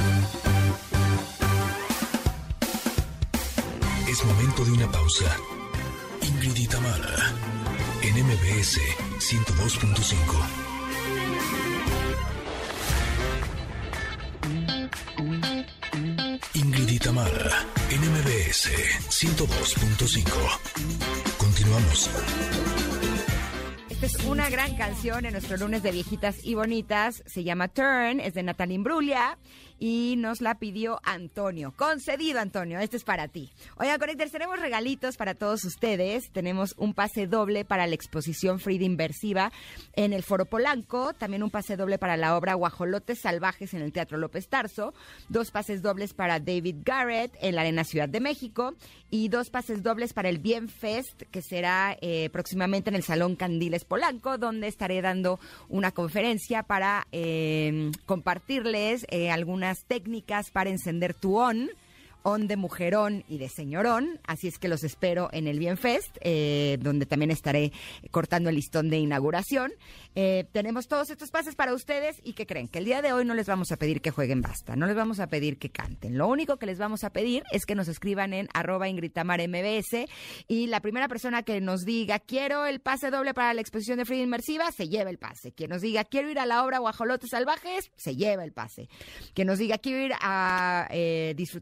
Es momento de una pausa. Ingrid y Tamara en MBS 102.5. Ingrid y Tamara en MBS 102.5. Continuamos. Esta es una gran canción en nuestro lunes de viejitas y bonitas. Se llama Turn, es de Natalie Imbruglia y nos la pidió Antonio. Concedido, Antonio, este es para ti. Oigan, Connectors, tenemos regalitos para todos ustedes. Tenemos un pase doble para la exposición Frida Inversiva en el Foro Polanco. También un pase doble para la obra Guajolotes Salvajes en el Teatro López Tarso. 2 pases dobles para David Garrett en la Arena Ciudad de México. Y 2 pases dobles para el Bien Fest, que será próximamente en el Salón Candiles Polanco, donde estaré dando una conferencia para compartirles algunas técnicas para encender tu on de mujerón y de señorón, así es que los espero en el Bien Fest, donde también estaré cortando el listón de inauguración. Tenemos todos estos pases para ustedes y ¿qué creen? Que el día de hoy no les vamos a pedir que jueguen basta, no les vamos a pedir que canten, lo único que les vamos a pedir es que nos escriban en @IngridTamarMBS y la primera persona que nos diga quiero el pase doble para la exposición de Frida Inmersiva, se lleva el pase. Quien nos diga quiero ir a la obra Guajolotes Salvajes, se lleva el pase. Quien nos diga quiero ir a disfrutar de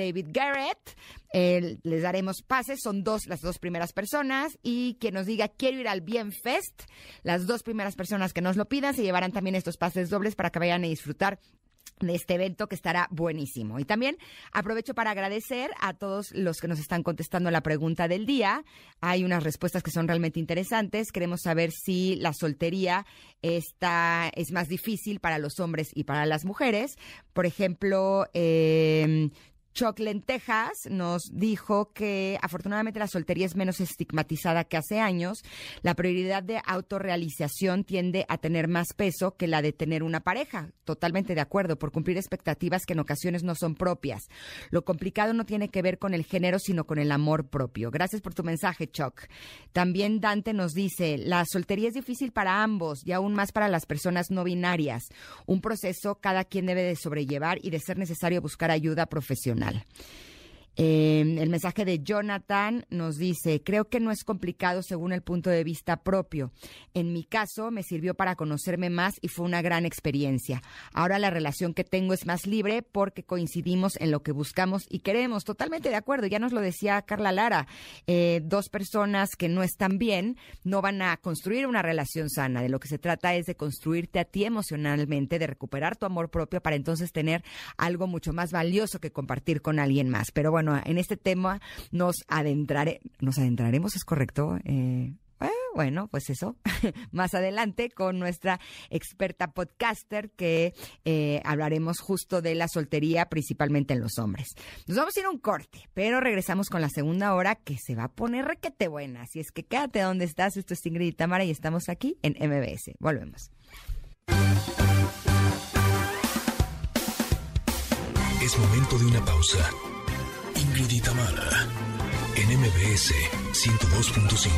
David Garrett. Les daremos pases, son las dos primeras personas, y quien nos diga quiero ir al Bien Fest, las dos primeras personas que nos lo pidan se llevarán también estos pases dobles para que vayan a disfrutar de este evento que estará buenísimo. Y también aprovecho para agradecer a todos los que nos están contestando la pregunta del día. Hay unas respuestas que son realmente interesantes. Queremos saber si la soltería es más difícil para los hombres y para las mujeres. Por ejemplo, Choc Lentejas nos dijo que afortunadamente la soltería es menos estigmatizada que hace años. La prioridad de autorrealización tiende a tener más peso que la de tener una pareja. Totalmente de acuerdo, por cumplir expectativas que en ocasiones no son propias. Lo complicado no tiene que ver con el género, sino con el amor propio. Gracias por tu mensaje, Choc. También Dante nos dice, la soltería es difícil para ambos y aún más para las personas no binarias. Un proceso cada quien debe de sobrellevar y de ser necesario buscar ayuda profesional. El mensaje de Jonathan nos dice, creo que no es complicado según el punto de vista propio. En mi caso me sirvió para conocerme más y fue una gran experiencia. Ahora la relación que tengo es más libre porque coincidimos en lo que buscamos y queremos. Totalmente de acuerdo, ya nos lo decía Carla Lara. Dos personas que no están bien no van a construir una relación sana. De lo que se trata es de construirte a ti emocionalmente, de recuperar tu amor propio para entonces tener algo mucho más valioso que compartir con alguien más. Pero bueno, en este tema nos adentraremos, ¿es correcto? Bueno, pues eso, más adelante con nuestra experta podcaster que hablaremos justo de la soltería, principalmente en los hombres. Nos vamos a ir a un corte, pero regresamos con la segunda hora que se va a poner requete buena. Así es que quédate donde estás. Esto es Ingrid y Tamara y estamos aquí en MBS. Volvemos. Es momento de una pausa. Ingrid y Tamara, en MBS 102.5.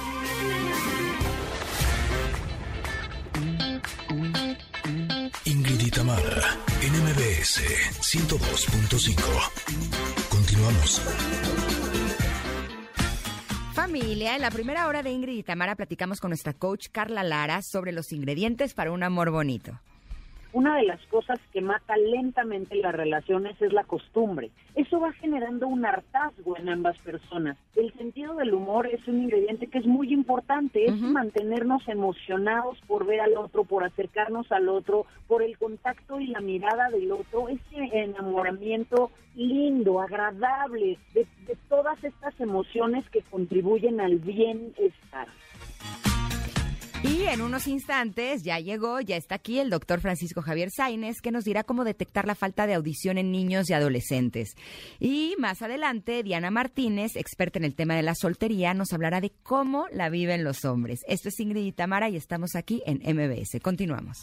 Ingrid y Tamara, en MBS 102.5. Continuamos. Familia, en la primera hora de Ingrid y Tamara platicamos con nuestra coach Carla Lara sobre los ingredientes para un amor bonito. Una de las cosas que mata lentamente las relaciones es la costumbre. Eso va generando un hartazgo en ambas personas. El sentido del humor es un ingrediente que es muy importante, es mantenernos emocionados por ver al otro, por acercarnos al otro, por el contacto y la mirada del otro, ese enamoramiento lindo, agradable, de todas estas emociones que contribuyen al bienestar. Y en unos instantes ya está aquí el doctor Francisco Javier Sainz, que nos dirá cómo detectar la falta de audición en niños y adolescentes. Y más adelante, Diana Martínez, experta en el tema de la soltería, nos hablará de cómo la viven los hombres. Esto es Ingrid y Tamara y estamos aquí en MBS. Continuamos.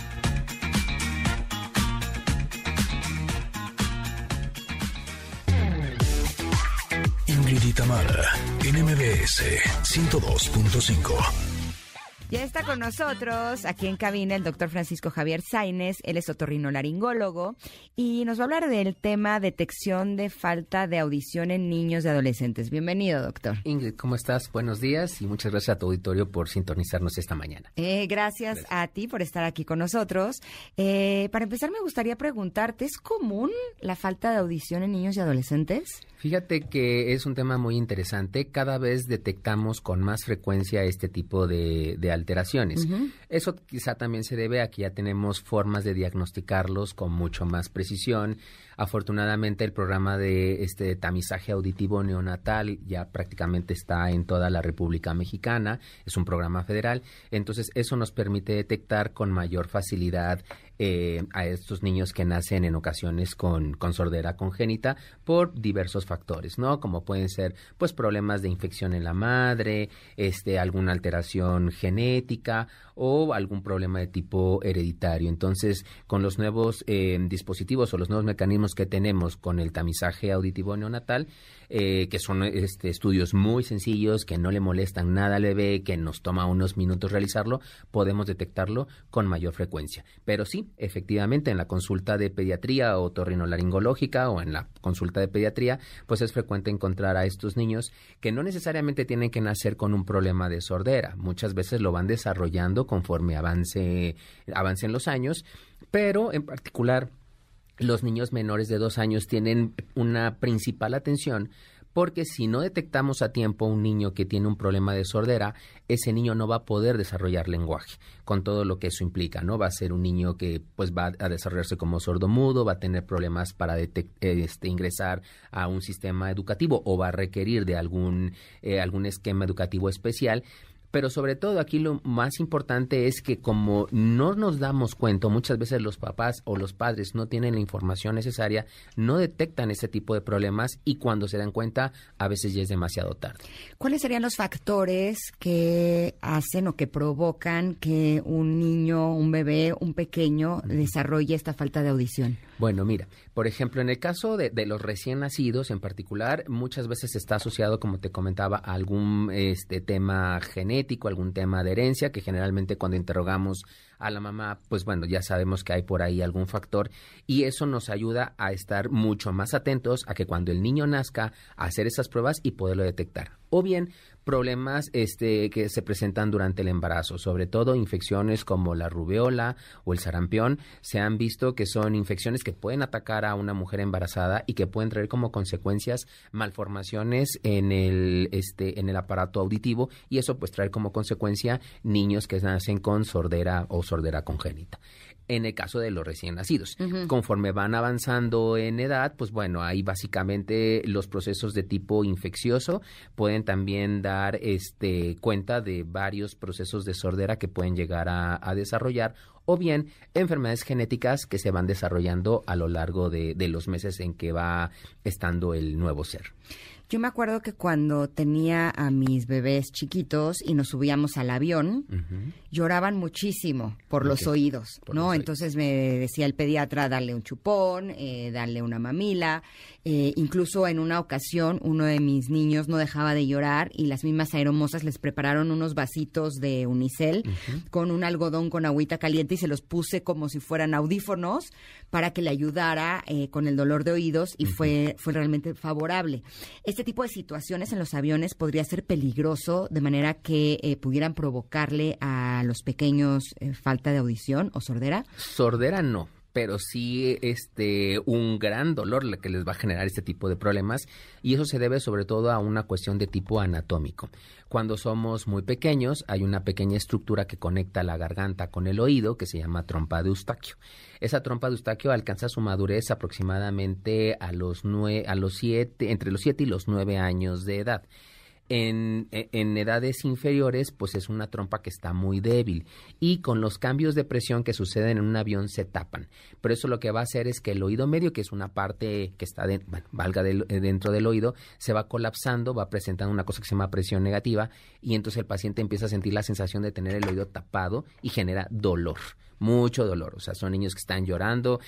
Ingrid y Tamara, en MBS 102.5. Ya está con nosotros aquí en cabina el doctor Francisco Javier Sainz. Él es otorrinolaringólogo y nos va a hablar del tema detección de falta de audición en niños y adolescentes. Bienvenido, doctor. Ingrid, ¿cómo estás? Buenos días y muchas gracias a tu auditorio por sintonizarnos esta mañana. Gracias a ti por estar aquí con nosotros. Para empezar, me gustaría preguntarte, ¿es común la falta de audición en niños y adolescentes? Fíjate que es un tema muy interesante. Cada vez detectamos con más frecuencia este tipo de alteraciones. Eso quizá también se debe a que ya tenemos formas de diagnosticarlos con mucho más precisión. Afortunadamente el programa de tamizaje auditivo neonatal ya prácticamente está en toda la República Mexicana, es un programa federal, entonces eso nos permite detectar con mayor facilidad a estos niños que nacen en ocasiones con sordera congénita por diversos factores, ¿no? Como pueden ser pues problemas de infección en la madre, alguna alteración genética o algún problema de tipo hereditario. Entonces, con los nuevos dispositivos o los nuevos mecanismos que tenemos con el tamizaje auditivo neonatal, que son estudios muy sencillos, que no le molestan nada al bebé, que nos toma unos minutos realizarlo, podemos detectarlo con mayor frecuencia. Pero sí, efectivamente, en la consulta de pediatría otorrinolaringológica o en la consulta de pediatría, pues es frecuente encontrar a estos niños que no necesariamente tienen que nacer con un problema de sordera. Muchas veces lo van desarrollando conforme avancen los años, pero en particular los niños menores de 2 años tienen una principal atención, porque si no detectamos a tiempo un niño que tiene un problema de sordera, ese niño no va a poder desarrollar lenguaje, con todo lo que eso implica, ¿no? Va a ser un niño que pues va a desarrollarse como sordomudo, va a tener problemas para ingresar a un sistema educativo o va a requerir de algún esquema educativo especial. Pero sobre todo aquí lo más importante es que como no nos damos cuenta, muchas veces los papás o los padres no tienen la información necesaria, no detectan ese tipo de problemas y cuando se dan cuenta a veces ya es demasiado tarde. ¿Cuáles serían los factores que hacen o que provocan que un niño, un bebé, un pequeño desarrolle esta falta de audición? Bueno, mira, por ejemplo, en el caso de los recién nacidos en particular, muchas veces está asociado, como te comentaba, a algún tema genético, algún tema de herencia, que generalmente cuando interrogamos a la mamá, pues bueno, ya sabemos que hay por ahí algún factor y eso nos ayuda a estar mucho más atentos a que cuando el niño nazca, a hacer esas pruebas y poderlo detectar. O bien, problemas que se presentan durante el embarazo, sobre todo infecciones como la rubeola o el sarampión, se han visto que son infecciones que pueden atacar a una mujer embarazada y que pueden traer como consecuencias malformaciones en el aparato auditivo y eso pues trae como consecuencia niños que nacen con sordera o sordera congénita. En el caso de los recién nacidos. Uh-huh. Conforme van avanzando en edad, pues bueno, ahí básicamente los procesos de tipo infeccioso pueden también dar cuenta de varios procesos de sordera que pueden llegar a desarrollar o bien enfermedades genéticas que se van desarrollando a lo largo de los meses en que va estando el nuevo ser. Yo me acuerdo que cuando tenía a mis bebés chiquitos y nos subíamos al avión, uh-huh, lloraban muchísimo por los oídos, ¿no? Entonces me decía el pediatra darle un chupón, darle una mamila. Incluso en una ocasión uno de mis niños no dejaba de llorar y las mismas aeromosas les prepararon unos vasitos de unicel uh-huh, con un algodón con agüita caliente y se los puse como si fueran audífonos para que le ayudara con el dolor de oídos y uh-huh, fue realmente favorable. Este tipo de situaciones en los aviones podría ser peligroso de manera que pudieran provocarle a los pequeños falta de audición o sordera. Sordera no, pero sí un gran dolor que les va a generar este tipo de problemas y eso se debe sobre todo a una cuestión de tipo anatómico. Cuando somos muy pequeños hay una pequeña estructura que conecta la garganta con el oído que se llama trompa de Eustaquio. Esa trompa de Eustaquio alcanza su madurez aproximadamente entre los 7 y los 9 años de edad. En edades inferiores, pues es una trompa que está muy débil y con los cambios de presión que suceden en un avión se tapan. Pero eso lo que va a hacer es que el oído medio, que es una parte que está dentro del oído, se va colapsando, va presentando una cosa que se llama presión negativa y entonces el paciente empieza a sentir la sensación de tener el oído tapado y genera dolor. Mucho dolor, o sea, son niños que están llorando,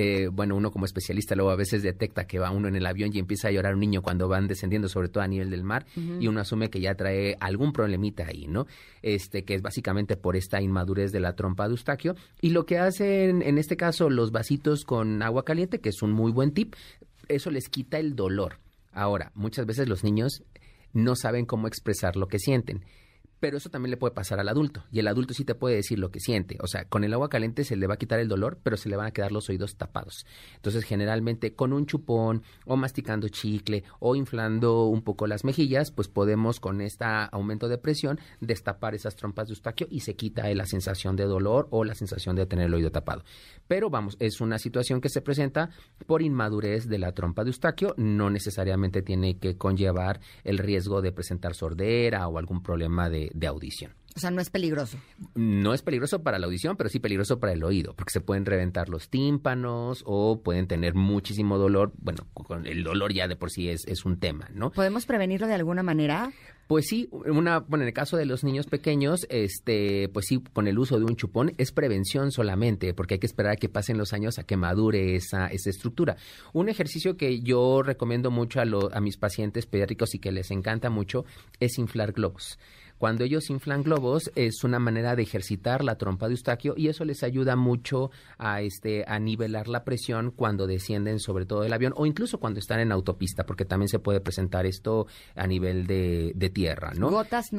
uno como especialista luego a veces detecta que va uno en el avión y empieza a llorar un niño cuando van descendiendo, sobre todo a nivel del mar, uh-huh, y uno asume que ya trae algún problemita ahí, ¿no? Que es básicamente por esta inmadurez de la trompa de Eustaquio, y lo que hacen en este caso los vasitos con agua caliente, que es un muy buen tip, eso les quita el dolor. Ahora, muchas veces los niños no saben cómo expresar lo que sienten. Pero eso también le puede pasar al adulto. Y el adulto sí te puede decir lo que siente. O sea, con el agua caliente se le va a quitar el dolor, pero se le van a quedar los oídos tapados. Entonces, generalmente, con un chupón o masticando chicle o inflando un poco las mejillas, pues podemos, con este aumento de presión, destapar esas trompas de Eustaquio y se quita la sensación de dolor o la sensación de tener el oído tapado. Pero vamos, es una situación que se presenta por inmadurez de la trompa de Eustaquio. No necesariamente tiene que conllevar el riesgo de presentar sordera o algún problema de audición. O sea, no es peligroso. No es peligroso para la audición, pero sí peligroso para el oído, porque se pueden reventar los tímpanos o pueden tener muchísimo dolor. Bueno, con el dolor ya de por sí es un tema, ¿no? ¿Podemos prevenirlo de alguna manera? Pues sí, en el caso de los niños pequeños, pues sí, con el uso de un chupón es prevención solamente, porque hay que esperar a que pasen los años a que madure esa estructura. Un ejercicio que yo recomiendo mucho a mis pacientes pediátricos y que les encanta mucho es inflar globos. Cuando ellos inflan globos es una manera de ejercitar la trompa de Eustaquio y eso les ayuda mucho a nivelar la presión cuando descienden sobre todo del avión o incluso cuando están en autopista, porque también se puede presentar esto a nivel de tierra, ¿no? ¿Gotas, no?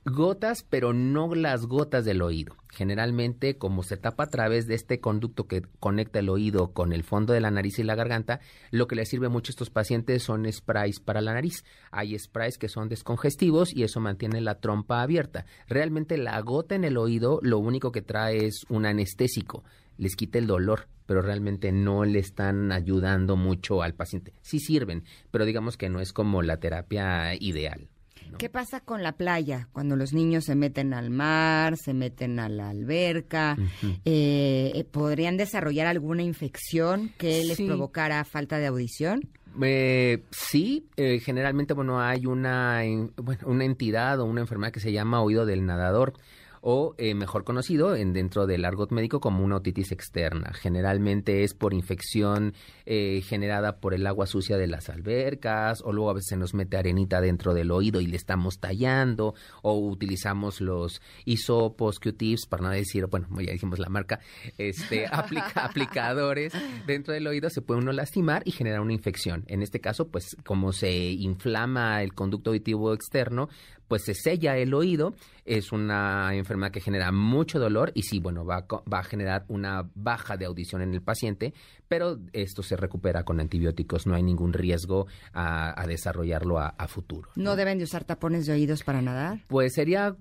Gotas, pero no las gotas del oído. Generalmente, como se tapa a través de este conducto que conecta el oído con el fondo de la nariz y la garganta, lo que les sirve mucho a estos pacientes son sprays para la nariz. Hay sprays que son descongestivos y eso mantiene la trompa abierta. Realmente la gota en el oído lo único que trae es un anestésico, les quita el dolor, pero realmente no le están ayudando mucho al paciente. Sí sirven, pero digamos que no es como la terapia ideal. ¿no? ¿Qué pasa con la playa? Cuando los niños se meten al mar, se meten a la alberca, ¿podrían desarrollar alguna infección que les provocara falta de audición? Sí, generalmente, hay una entidad o una enfermedad que se llama oído del nadador, o mejor conocido dentro del argot médico como una otitis externa. Generalmente es por infección generada por el agua sucia de las albercas, o luego a veces se nos mete arenita dentro del oído y le estamos tallando, o utilizamos los hisopos, Q-tips, para no decir, ya dijimos la marca, aplicadores dentro del oído, se puede uno lastimar y generar una infección. En este caso, pues como se inflama el conducto auditivo externo, pues se sella el oído, es una enfermedad que genera mucho dolor y sí, va a generar una baja de audición en el paciente, pero esto se recupera con antibióticos, no hay ningún riesgo a desarrollarlo a futuro. ¿No deben de usar tapones de oídos para nadar? Pues sería,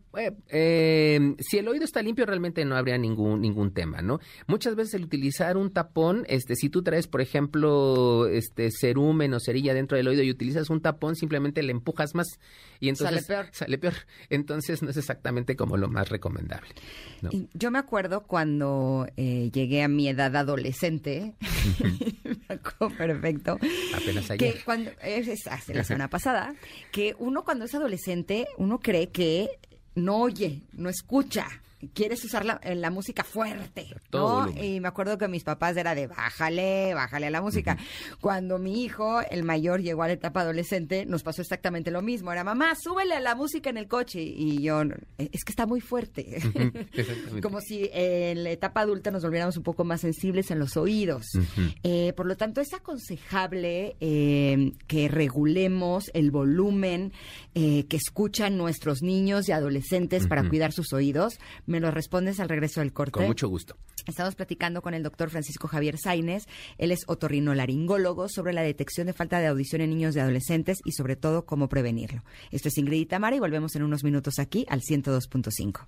si el oído está limpio realmente no habría ningún tema, ¿no? Muchas veces el utilizar un tapón, si tú traes, por ejemplo, cerumen o cerilla dentro del oído y utilizas un tapón, simplemente le empujas más y entonces sale peor. Entonces no es exactamente como lo más recomendable, ¿no? Yo me acuerdo cuando llegué a mi edad adolescente, me acuerdo perfecto. Apenas ayer. Que cuando, hace la semana pasada, que uno cuando es adolescente, uno cree que no oye, no escucha. Quieres usar la música fuerte, ¿no? Y me acuerdo que mis papás era de bájale a la música. Cuando mi hijo, el mayor, llegó a la etapa adolescente, nos pasó exactamente lo mismo. Era, mamá, súbele a la música en el coche. Y yo, es que está muy fuerte. Como si en la etapa adulta nos volviéramos un poco más sensibles en los oídos. Por lo tanto, es aconsejable que regulemos el volumen que escuchan nuestros niños y adolescentes para cuidar sus oídos. ¿Me lo respondes al regreso del corte? Con mucho gusto. Estamos platicando con el doctor Francisco Javier Sainz. Él es otorrinolaringólogo sobre la detección de falta de audición en niños y adolescentes y sobre todo cómo prevenirlo. Esto es Ingrid y Tamara y volvemos en unos minutos aquí al 102.5.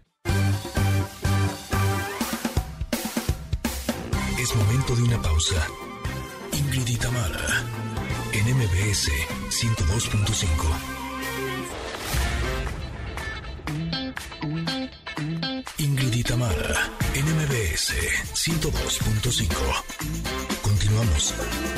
Es momento de una pausa. Ingrid y Tamara en MBS 102.5. Ingrid y Tamara, en MBS 102.5. Continuamos.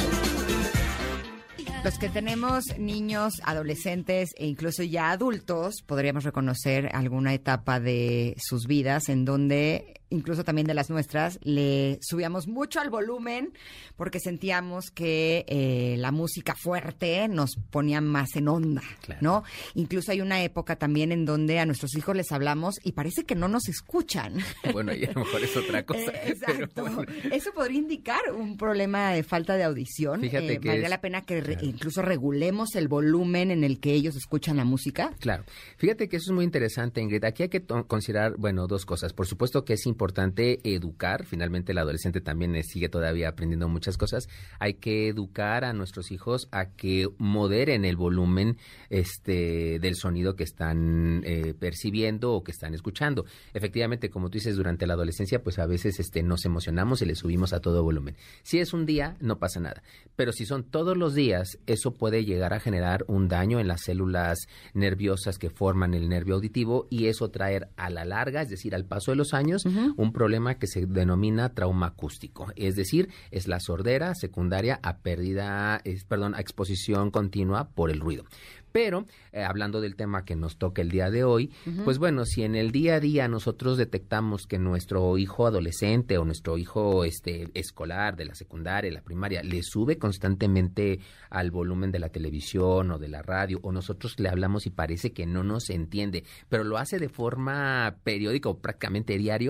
Los que tenemos niños, adolescentes e incluso ya adultos, podríamos reconocer alguna etapa de sus vidas en donde, incluso también de las nuestras, le subíamos mucho al volumen porque sentíamos que la música fuerte nos ponía más en onda, claro, ¿no? Incluso hay una época también en donde a nuestros hijos les hablamos y parece que no nos escuchan. Bueno, y a lo mejor es otra cosa. Exacto. Eso podría indicar un problema de falta de audición. Fíjate que valdría la pena que incluso regulemos el volumen en el que ellos escuchan la música. Claro. Fíjate que eso es muy interesante, Ingrid. Aquí hay que considerar, dos cosas. Por supuesto que es importante educar. Finalmente el adolescente también sigue todavía aprendiendo muchas cosas. Hay que educar a nuestros hijos a que moderen el volumen del sonido que están percibiendo o que están escuchando. Efectivamente, como tú dices, durante la adolescencia, pues a veces nos emocionamos y le subimos a todo volumen. Si es un día, no pasa nada. Pero si son todos los días, eso puede llegar a generar un daño en las células nerviosas que forman el nervio auditivo y eso traer a la larga, es decir, al paso de los años, un problema que se denomina trauma acústico. Es decir, es la sordera secundaria a a exposición continua por el ruido. Pero, hablando del tema que nos toca el día de hoy, pues si en el día a día nosotros detectamos que nuestro hijo adolescente o nuestro hijo escolar de la secundaria, la primaria, le sube constantemente al volumen de la televisión o de la radio, o nosotros le hablamos y parece que no nos entiende, pero lo hace de forma periódica o prácticamente diario,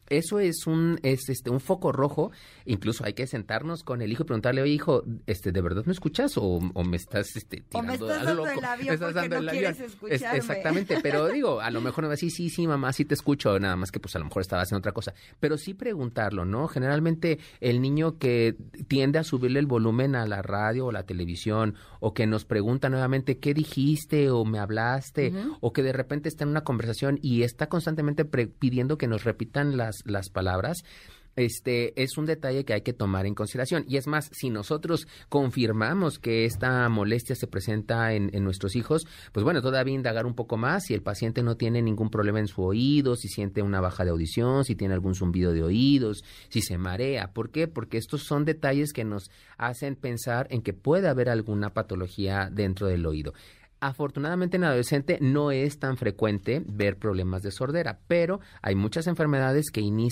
Eso es un foco rojo. Incluso hay que sentarnos con el hijo y preguntarle, oye, hijo, ¿de verdad me escuchas o me estás tirando o me estás dando el avión porque no quieres escucharme? Exactamente, pero digo, a lo mejor no va a decir, sí, mamá, sí te escucho, nada más que pues a lo mejor estaba haciendo otra cosa. Pero sí preguntarlo, ¿no? Generalmente el niño que tiende a subirle el volumen a la radio o la televisión, o que nos pregunta nuevamente, ¿qué dijiste o me hablaste? O que de repente está en una conversación y está constantemente pidiendo que nos repitan las palabras, es un detalle que hay que tomar en consideración. Y es más, si nosotros confirmamos que esta molestia se presenta en nuestros hijos, pues bueno, todavía indagar un poco más si el paciente no tiene ningún problema en su oído, si siente una baja de audición, si tiene algún zumbido de oídos, si se marea. ¿Por qué? Porque estos son detalles que nos hacen pensar en que puede haber alguna patología dentro del oído. Afortunadamente en adolescente no es tan frecuente ver problemas de sordera, pero hay muchas enfermedades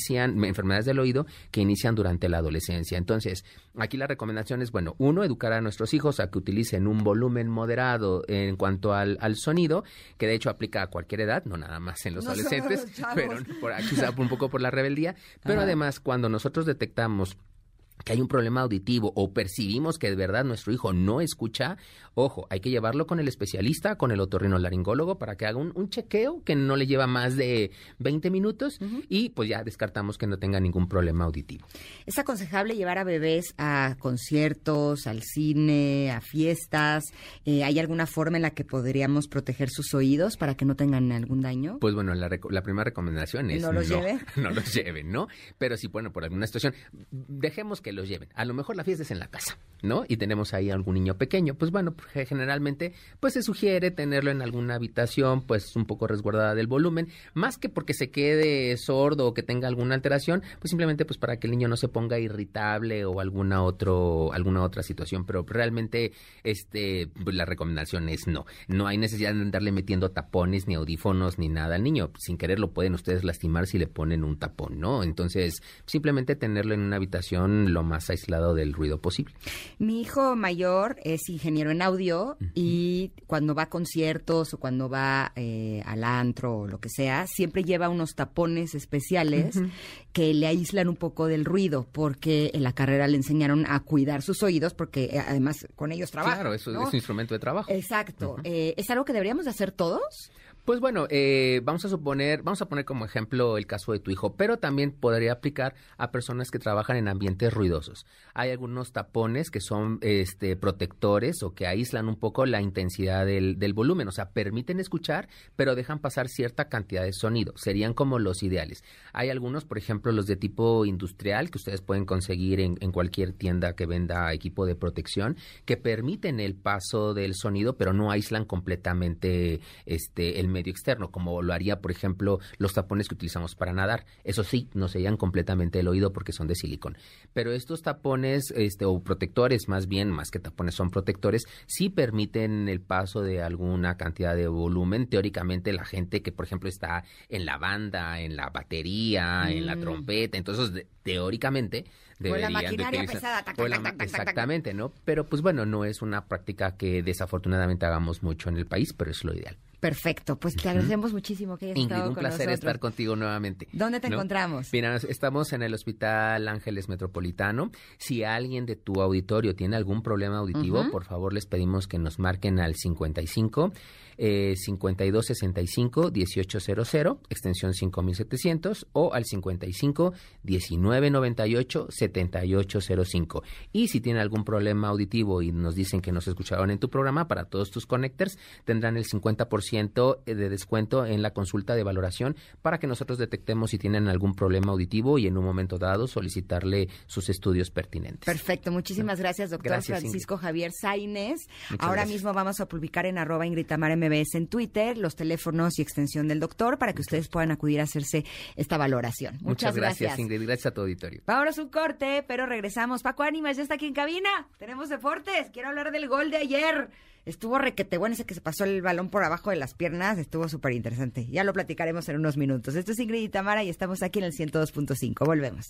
del oído que inician durante la adolescencia. Entonces, aquí la recomendación es, bueno, uno, educar a nuestros hijos a que utilicen un volumen moderado en cuanto al sonido, que de hecho aplica a cualquier edad, no nada más en los adolescentes, pero quizá un poco por la rebeldía, pero además cuando nosotros detectamos que hay un problema auditivo o percibimos que de verdad nuestro hijo no escucha, ojo, hay que llevarlo con el especialista, con el otorrinolaringólogo para que haga un chequeo que no le lleva más de 20 minutos y pues ya descartamos que no tenga ningún problema auditivo. ¿Es aconsejable llevar a bebés a conciertos, al cine, a fiestas? ¿Hay alguna forma en la que podríamos proteger sus oídos para que no tengan algún daño? Pues bueno, la primera recomendación es no los lleven, ¿no? Pero si, bueno, por alguna situación, dejemos que los lleven. A lo mejor la fiesta es en la casa, ¿no? Y tenemos ahí algún niño pequeño. Pues bueno, generalmente pues se sugiere tenerlo en alguna habitación pues un poco resguardada del volumen, más que porque se quede sordo o que tenga alguna alteración, pues simplemente pues para que el niño no se ponga irritable o alguna otra situación. Pero realmente pues, la recomendación es no. No hay necesidad de andarle metiendo tapones ni audífonos ni nada al niño. Sin querer lo pueden ustedes lastimar si le ponen un tapón, ¿no? Entonces, simplemente tenerlo en una habitación lo más aislado del ruido posible. Mi hijo mayor es ingeniero en audio y cuando va a conciertos o cuando va al antro o lo que sea, siempre lleva unos tapones especiales que le aíslan un poco del ruido, porque en la carrera le enseñaron a cuidar sus oídos, porque además con ellos trabaja. Claro, eso, ¿no? Es un instrumento de trabajo. Exacto. ¿Es algo que deberíamos de hacer todos? Pues bueno, vamos a poner como ejemplo el caso de tu hijo, pero también podría aplicar a personas que trabajan en ambientes ruidosos. Hay algunos tapones que son protectores o que aíslan un poco la intensidad del volumen, o sea, permiten escuchar, pero dejan pasar cierta cantidad de sonido. Serían como los ideales. Hay algunos, por ejemplo, los de tipo industrial, que ustedes pueden conseguir en cualquier tienda que venda equipo de protección, que permiten el paso del sonido, pero no aíslan completamente el medio externo, como lo haría, por ejemplo, los tapones que utilizamos para nadar. Eso sí, no sellan completamente el oído porque son de silicón. Pero estos tapones, o protectores más bien, más que tapones, son protectores, sí permiten el paso de alguna cantidad de volumen. Teóricamente, la gente que, por ejemplo, está en la banda, en la batería, en la trompeta, entonces, teóricamente, deberían la maquinaria pesada. Exactamente, ¿no? Pero, pues bueno, no es una práctica que desafortunadamente hagamos mucho en el país, pero es lo ideal. Perfecto, pues te agradecemos muchísimo que hayas estado con nosotros. Ingrid, un placer estar contigo nuevamente. ¿Dónde te encontramos? Mira, estamos en el Hospital Ángeles Metropolitano. Si alguien de tu auditorio tiene algún problema auditivo, por favor les pedimos que nos marquen al 55 5265 1800, extensión 5700, o al 55 1998 7805. Y si tienen algún problema auditivo y nos dicen que nos escucharon en tu programa, para todos tus connectors tendrán el 50% de descuento en la consulta de valoración para que nosotros detectemos si tienen algún problema auditivo y en un momento dado solicitarle sus estudios pertinentes. Perfecto, muchísimas gracias, doctor. Gracias, Francisco Ingrid. Javier Sainz. Ahora mismo vamos a publicar en @IngridTamaraMBS en Twitter los teléfonos y extensión del doctor para que ustedes puedan acudir a hacerse esta valoración. Muchas gracias, Ingrid. Gracias a tu auditorio. Vámonos un corte, pero regresamos. Paco Ánimas ya está aquí en cabina. Tenemos deportes. Quiero hablar del gol de ayer. Estuvo requete bueno ese que se pasó el balón por abajo de las piernas. Estuvo súper interesante. Ya lo platicaremos en unos minutos. Esto es Ingrid y Tamara y estamos aquí en el 102.5. Volvemos.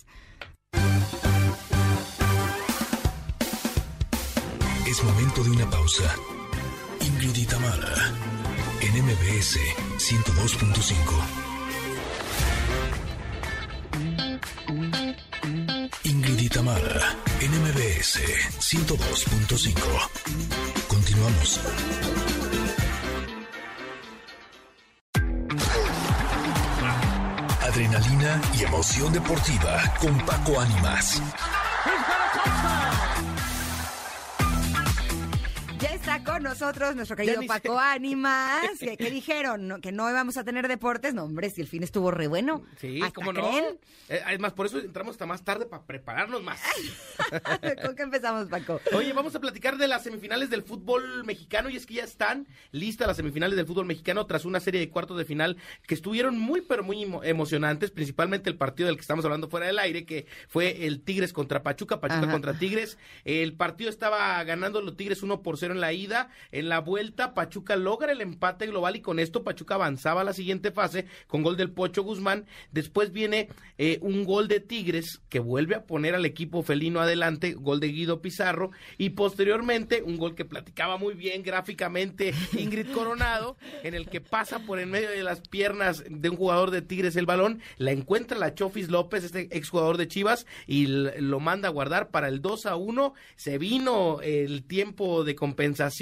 Es momento de una pausa. Ingrid y Tamara en MBS 102.5. Tamara en MBS 102.5. Continuamos. Adrenalina y emoción deportiva con Paco Ánimas. Ya está con nosotros nuestro querido Paco Ánimas. ¿Qué dijeron? ¿Que no íbamos a tener deportes? No, hombre, si el fin estuvo re bueno. Sí, ¿hasta ¿cómo no? creen? Además, por eso entramos hasta más tarde para prepararnos más. ¿Con qué empezamos, Paco? Oye, vamos a platicar de las semifinales del fútbol mexicano, y es que ya están listas las semifinales del fútbol mexicano tras una serie de cuartos de final que estuvieron muy, pero muy emocionantes, principalmente el partido del que estamos hablando fuera del aire, que fue el Tigres contra Pachuca contra Tigres. El partido estaba ganando los Tigres 1-0 en la ida. En la vuelta, Pachuca logra el empate global y con esto Pachuca avanzaba a la siguiente fase con gol del Pocho Guzmán. Después viene un gol de Tigres que vuelve a poner al equipo felino adelante, gol de Guido Pizarro, y posteriormente un gol que platicaba muy bien gráficamente Ingrid Coronado, en el que pasa por en medio de las piernas de un jugador de Tigres el balón, la encuentra la Chofis López, este exjugador de Chivas, y lo manda a guardar para el 2-1. Se vino el tiempo de compensación,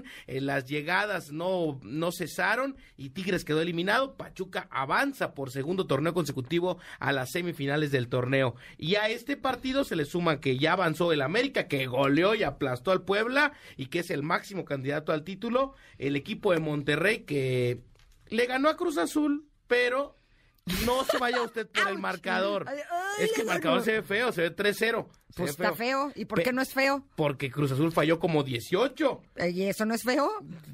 las llegadas no cesaron y Tigres quedó eliminado. Pachuca avanza por segundo torneo consecutivo a las semifinales del torneo, y a este partido se le suma que ya avanzó el América, que goleó y aplastó al Puebla y que es el máximo candidato al título, el equipo de Monterrey, que le ganó a Cruz Azul, pero no se vaya usted por el marcador. Es que el marcador se ve feo, se ve 3-0. Pues está feo. ¿Y por qué no es feo? Porque Cruz Azul falló como 18. ¿Y eso no es feo?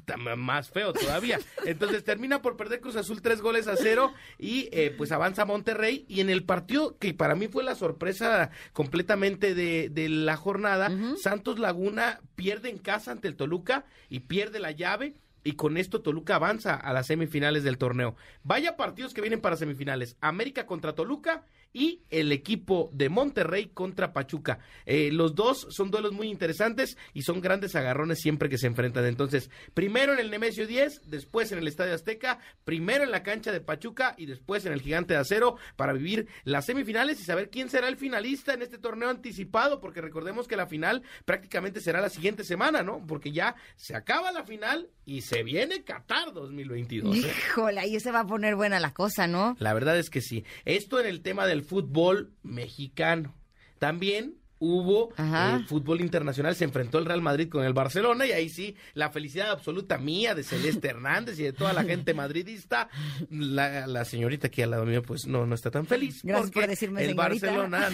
Más feo todavía. Entonces termina por perder Cruz Azul 3-0 y pues avanza Monterrey. Y en el partido que para mí fue la sorpresa completamente de la jornada, Santos Laguna pierde en casa ante el Toluca y pierde la llave. Y con esto Toluca avanza a las semifinales del torneo. Vaya partidos que vienen para semifinales. América contra Toluca y el equipo de Monterrey contra Pachuca. Los dos son duelos muy interesantes y son grandes agarrones siempre que se enfrentan. Entonces, primero en el Nemesio 10, después en el Estadio Azteca, primero en la cancha de Pachuca y después en el Gigante de Acero para vivir las semifinales y saber quién será el finalista en este torneo anticipado, porque recordemos que la final prácticamente será la siguiente semana, ¿no? Porque ya se acaba la final y se viene Qatar 2022. Híjole, ahí se va a poner buena la cosa, ¿no? La verdad es que sí. Esto en el tema del fútbol mexicano. También hubo fútbol internacional, se enfrentó el Real Madrid con el Barcelona y ahí sí, la felicidad absoluta mía, de Celeste Hernández y de toda la gente madridista. La señorita aquí al lado mío pues no está tan feliz. Gracias por decirme el señorita. Barcelona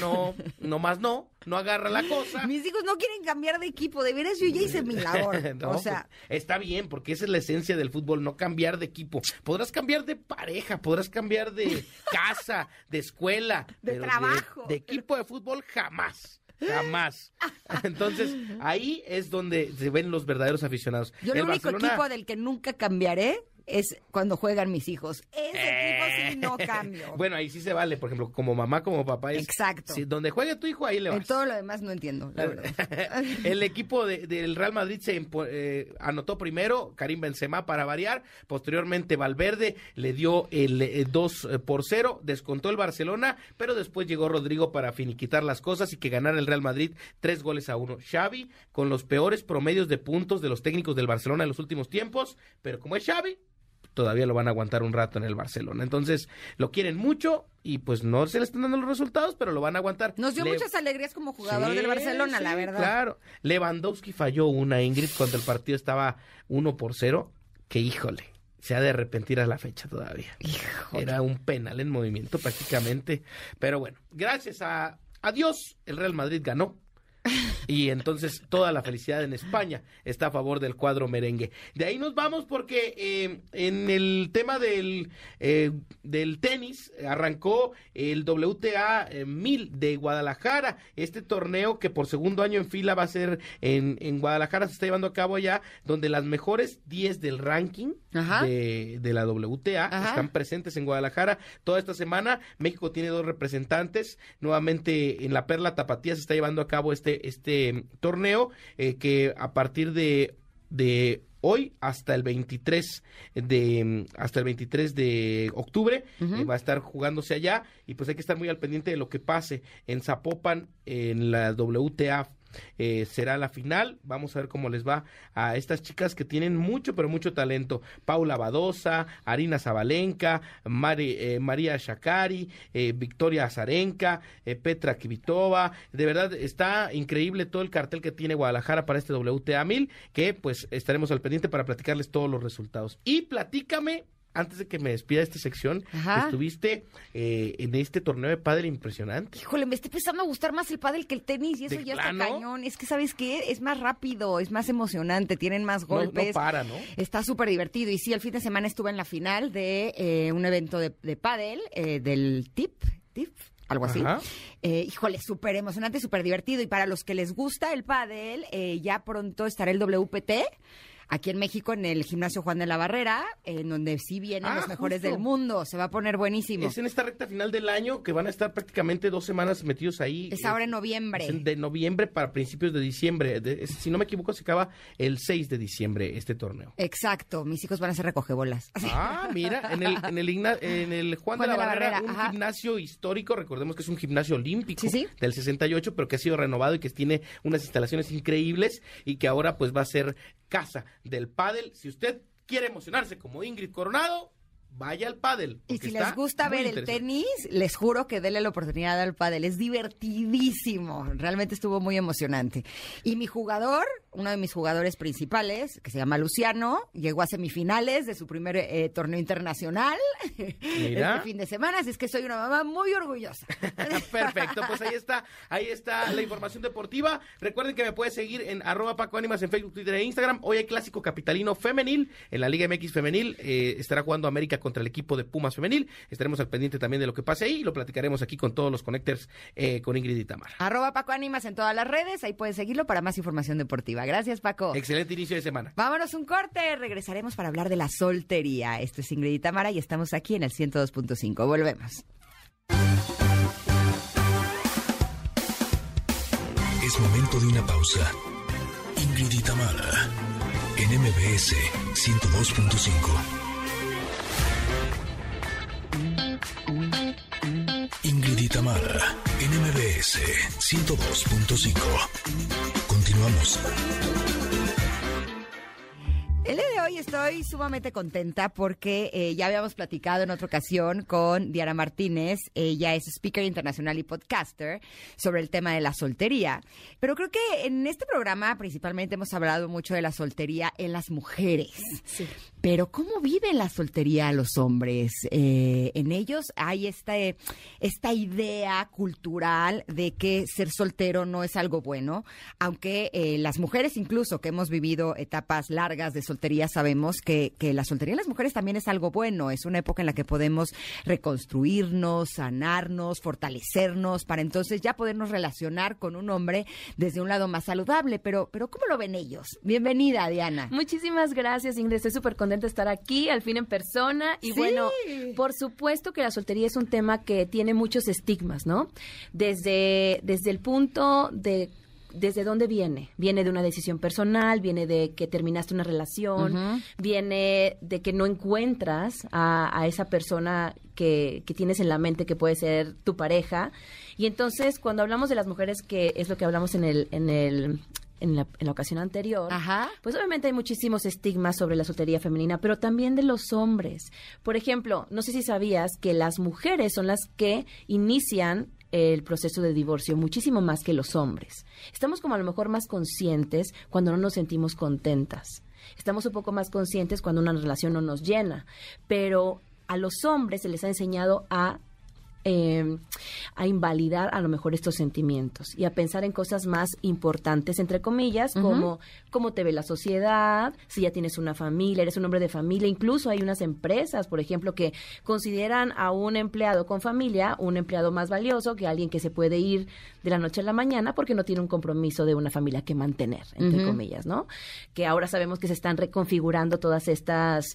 no agarra la cosa. Mis hijos no quieren cambiar de equipo, de veras yo ya hice mi labor. O sea, pues, está bien, porque esa es la esencia del fútbol, no cambiar de equipo. Podrás cambiar de pareja, podrás cambiar de casa, de escuela, de trabajo. De equipo de fútbol jamás. Entonces, ahí es donde se ven los verdaderos aficionados. Yo el único equipo del que nunca cambiaré es cuando juegan mis hijos. Ese equipo sí no cambio. Bueno, ahí sí se vale, por ejemplo, como mamá, como papá. Exacto. Si, donde juegue tu hijo, ahí le vas. En todo lo demás no entiendo, la verdad. El equipo del Real Madrid se anotó primero, Karim Benzema para variar, posteriormente Valverde le dio el 2-0, descontó el Barcelona, pero después llegó Rodrigo para finiquitar las cosas y que ganara el Real Madrid 3-1. Xavi con los peores promedios de puntos de los técnicos del Barcelona en los últimos tiempos, pero como es Xavi, todavía lo van a aguantar un rato en el Barcelona. Entonces, lo quieren mucho y pues no se le están dando los resultados, pero lo van a aguantar. Nos dio muchas alegrías como jugador del Barcelona, la verdad. Claro. Lewandowski falló una, Ingrid, cuando el partido estaba 1-0, que híjole, se ha de arrepentir a la fecha todavía. Híjole. Era un penal en movimiento prácticamente. Pero bueno, gracias a Dios, el Real Madrid ganó. Y entonces toda la felicidad en España está a favor del cuadro merengue. De ahí nos vamos porque en el tema del tenis arrancó el WTA 1000 de Guadalajara. Este torneo que por segundo año en fila va a ser en Guadalajara, se está llevando a cabo allá, donde las mejores 10 del ranking de la WTA están presentes en Guadalajara. Toda esta semana México tiene 2 representantes. Nuevamente en la Perla Tapatía se está llevando a cabo este torneo que a partir de hoy hasta el 23 de octubre. Va a estar jugándose allá y pues hay que estar muy al pendiente de lo que pase en Zapopan, en la WTA. Será la final. Vamos a ver cómo les va a estas chicas que tienen mucho, pero mucho talento. Paula Badosa, Arina Zabalenka, María Shakari, Victoria Azarenka, Petra Kvitova. De verdad está increíble todo el cartel que tiene Guadalajara para este WTA 1000, que pues estaremos al pendiente para platicarles todos los resultados. Y platícame, antes de que me despida esta sección, estuviste en este torneo de pádel impresionante. Híjole, me está empezando a gustar más el pádel que el tenis y eso ya está cañón. Es que, ¿sabes qué? Es más rápido, es más emocionante, tienen más golpes. No para, ¿no? Está súper divertido. Y sí, el fin de semana estuve en la final de un evento de pádel, del TIP, algo así. Híjole, súper emocionante, súper divertido. Y para los que les gusta el pádel, ya pronto estará el WPT aquí en México, en el gimnasio Juan de la Barrera, en donde sí vienen los mejores del mundo. Se va a poner buenísimo. Es en esta recta final del año que van a estar prácticamente 2 semanas metidos ahí. Es ahora en noviembre. De noviembre para principios de diciembre. Si no me equivoco, se acaba el 6 de diciembre este torneo. Exacto. Mis hijos van a ser recogebolas. Mira, en el Juan de la Barrera, un gimnasio histórico. Recordemos que es un gimnasio olímpico del 68, pero que ha sido renovado y que tiene unas instalaciones increíbles y que ahora pues va a ser casa del pádel. Si usted quiere emocionarse como Ingrid Coronado, vaya al pádel. Y si les gusta ver el tenis, les juro que denle la oportunidad al pádel. Es divertidísimo. Realmente estuvo muy emocionante. Y mi jugador, uno de mis jugadores principales, que se llama Luciano, llegó a semifinales de su primer torneo internacional este fin de semana. Así es que soy una mamá muy orgullosa. Perfecto, pues ahí está la información deportiva. Recuerden que me puede seguir en @PacoAnimas en Facebook, Twitter e Instagram. Hoy hay clásico capitalino femenil en la Liga MX femenil. Estará jugando América contra el equipo de Pumas femenil. Estaremos al pendiente también de lo que pase ahí y lo platicaremos aquí con todos los connectors con Ingrid y Tamara. @PacoAnimas en todas las redes. Ahí pueden seguirlo para más información deportiva. Gracias, Paco. Excelente inicio de semana. Vámonos un corte. Regresaremos para hablar de la soltería. Esto es Ingrid y Tamara y estamos aquí en el 102.5. Volvemos. Es momento de una pausa. Ingrid y Tamara en MBS 102.5. Ingrid y Tamara en MBS 102.5. Continuamos. El día de hoy estoy sumamente contenta porque ya habíamos platicado en otra ocasión con Diana Martínez. Ella es speaker internacional y podcaster sobre el tema de la soltería. Pero creo que en este programa principalmente hemos hablado mucho de la soltería en las mujeres. Sí. Pero ¿cómo viven la soltería los hombres? En ellos hay esta idea cultural de que ser soltero no es algo bueno, aunque las mujeres incluso que hemos vivido etapas largas de soltería sabemos que la soltería en las mujeres también es algo bueno. Es una época en la que podemos reconstruirnos, sanarnos, fortalecernos para entonces ya podernos relacionar con un hombre desde un lado más saludable. Pero ¿cómo lo ven ellos? Bienvenida, Diana. Muchísimas gracias, Ingrid. Estoy súper contenta de estar aquí, al fin en persona. Y bueno, por supuesto que la soltería es un tema que tiene muchos estigmas, ¿no? Desde el punto de ¿desde dónde viene? Viene de una decisión personal, viene de que terminaste una relación, viene de que no encuentras a esa persona que tienes en la mente que puede ser tu pareja. Y entonces, cuando hablamos de las mujeres, que es lo que hablamos en la ocasión anterior, pues obviamente hay muchísimos estigmas sobre la soltería femenina, pero también de los hombres. Por ejemplo, no sé si sabías que las mujeres son las que inician el proceso de divorcio muchísimo más que los hombres. Estamos como a lo mejor más conscientes cuando no nos sentimos contentas. Estamos un poco más conscientes cuando una relación no nos llena. Pero a los hombres se les ha enseñado a invalidar a lo mejor estos sentimientos y a pensar en cosas más importantes, entre comillas, como cómo te ve la sociedad, si ya tienes una familia, eres un hombre de familia. Incluso hay unas empresas, por ejemplo, que consideran a un empleado con familia un empleado más valioso que alguien que se puede ir de la noche a la mañana porque no tiene un compromiso de una familia que mantener, entre comillas, ¿no? Que ahora sabemos que se están reconfigurando todas estas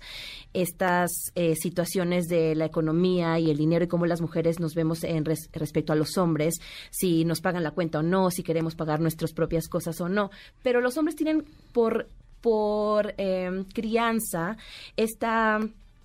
situaciones de la economía y el dinero y cómo las mujeres nos vemos respecto a los hombres, si nos pagan la cuenta o no, si queremos pagar nuestras propias cosas o no. Pero los hombres tienen por por crianza esta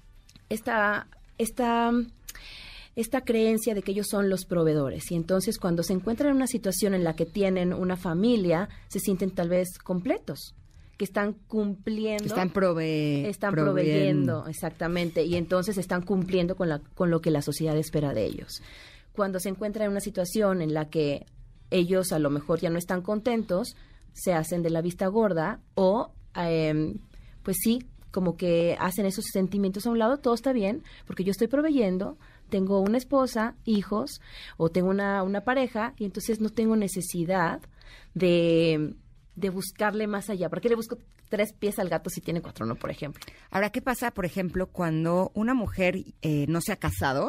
creencia de que ellos son los proveedores. Y entonces cuando se encuentran en una situación en la que tienen una familia, se sienten tal vez completos, que están cumpliendo. Están proveyendo, exactamente. Y entonces están cumpliendo con lo que la sociedad espera de ellos. Cuando se encuentran en una situación en la que ellos a lo mejor ya no están contentos, se hacen de la vista gorda o, pues sí, como que hacen esos sentimientos a un lado. Todo está bien porque yo estoy proveyendo, tengo una esposa, hijos, o tengo una pareja, y entonces no tengo necesidad de buscarle más allá. ¿Por qué le busco 3 pies al gato si tiene 4, no, por ejemplo? Ahora, ¿qué pasa, por ejemplo, cuando una mujer no se ha casado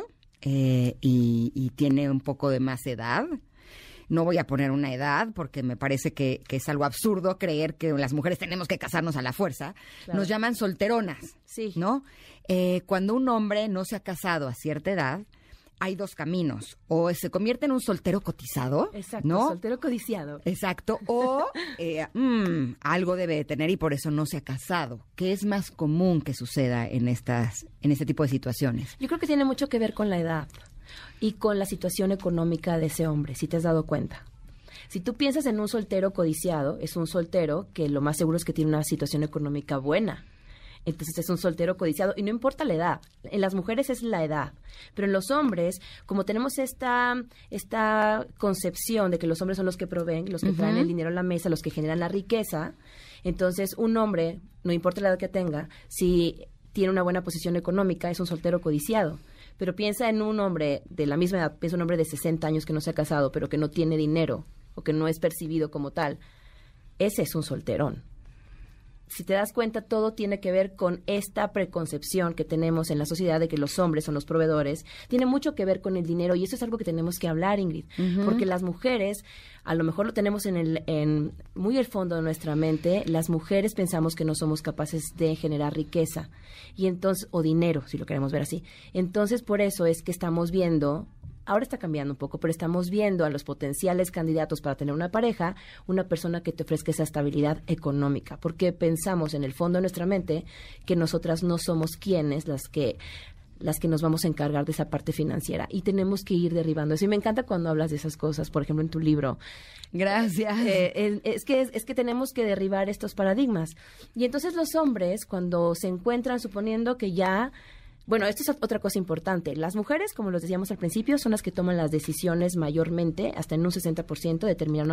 y tiene un poco de más edad? No voy a poner una edad porque me parece que es algo absurdo creer que las mujeres tenemos que casarnos a la fuerza. Claro. Nos llaman solteronas, sí, ¿no? Cuando un hombre no se ha casado a cierta edad, hay 2 caminos. O se convierte en un soltero cotizado, exacto, ¿no? Soltero codiciado. Exacto. O algo debe de tener y por eso no se ha casado. ¿Qué es más común que suceda en este tipo de situaciones? Yo creo que tiene mucho que ver con la edad y con la situación económica de ese hombre, si te has dado cuenta. Si tú piensas en un soltero codiciado, es un soltero que lo más seguro es que tiene una situación económica buena. Entonces es un soltero codiciado y no importa la edad. En las mujeres es la edad. Pero en los hombres, como tenemos esta concepción de que los hombres son los que proveen, los que traen el dinero a la mesa, los que generan la riqueza, entonces un hombre, no importa la edad que tenga, si tiene una buena posición económica, es un soltero codiciado. Pero piensa en un hombre de la misma edad, piensa en un hombre de 60 años que no se ha casado, pero que no tiene dinero o que no es percibido como tal. Ese es un solterón. Si te das cuenta, todo tiene que ver con esta preconcepción que tenemos en la sociedad de que los hombres son los proveedores. Tiene mucho que ver con el dinero y eso es algo que tenemos que hablar, Ingrid. Porque las mujeres, a lo mejor lo tenemos en muy el fondo de nuestra mente, las mujeres pensamos que no somos capaces de generar riqueza y entonces, o dinero, si lo queremos ver así. Entonces, por eso es que estamos viendo... Ahora está cambiando un poco, pero estamos viendo a los potenciales candidatos para tener una pareja, una persona que te ofrezca esa estabilidad económica, porque pensamos en el fondo de nuestra mente que nosotras no somos quienes las que nos vamos a encargar de esa parte financiera y tenemos que ir derribando eso. Y me encanta cuando hablas de esas cosas, por ejemplo, en tu libro. Gracias. Es que tenemos que derribar estos paradigmas. Y entonces los hombres, cuando se encuentran suponiendo que ya... Bueno, esto es otra cosa importante. Las mujeres, como los decíamos al principio, son las que toman las decisiones mayormente, hasta en un 60%, de terminar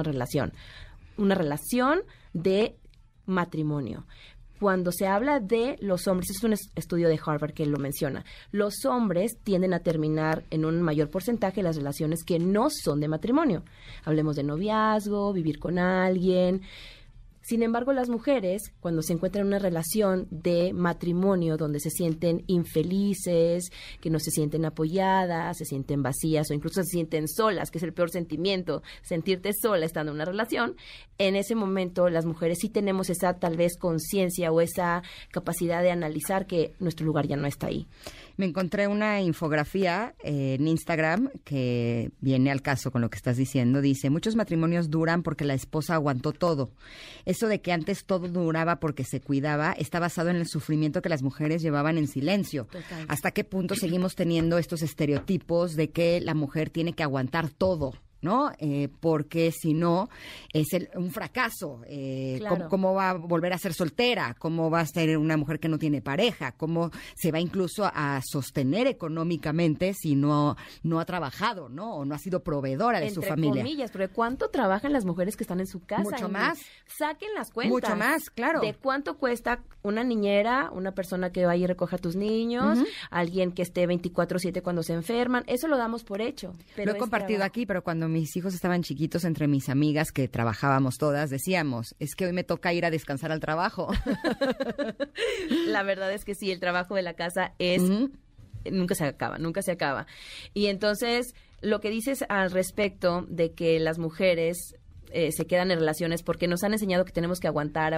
una relación de matrimonio. Cuando se habla de los hombres, es un estudio de Harvard que lo menciona, los hombres tienden a terminar en un mayor porcentaje las relaciones que no son de matrimonio. Hablemos de noviazgo, vivir con alguien... Sin embargo, las mujeres, cuando se encuentran en una relación de matrimonio donde se sienten infelices, que no se sienten apoyadas, se sienten vacías o incluso se sienten solas, que es el peor sentimiento, sentirte sola estando en una relación, en ese momento las mujeres sí tenemos esa tal vez conciencia o esa capacidad de analizar que nuestro lugar ya no está ahí. Me encontré una infografía en Instagram que viene al caso con lo que estás diciendo. Dice, muchos matrimonios duran porque la esposa aguantó todo. Eso de que antes todo duraba porque se cuidaba está basado en el sufrimiento que las mujeres llevaban en silencio. Total. ¿Hasta qué punto seguimos teniendo estos estereotipos de que la mujer tiene que aguantar todo? ¿No? Porque si no, es un fracaso. Claro. ¿Cómo va a volver a ser soltera? ¿Cómo va a ser una mujer que no tiene pareja? ¿Cómo se va incluso a sostener económicamente si no ha trabajado, ¿no? O no ha sido proveedora de su familia. Entre comillas, porque ¿cuánto trabajan las mujeres que están en su casa? Mucho más. Saquen las cuentas. Mucho más, claro. De cuánto cuesta una niñera, una persona que vaya y recoja a tus niños, alguien que esté 24/7 cuando se enferman. Eso lo damos por hecho. Pero lo he compartido aquí, pero cuando mis hijos estaban chiquitos, entre mis amigas que trabajábamos todas, decíamos, es que hoy me toca ir a descansar al trabajo. La verdad es que sí, el trabajo de la casa es... Nunca se acaba. Y entonces, lo que dices al respecto de que las mujeres se quedan en relaciones porque nos han enseñado que tenemos que aguantar.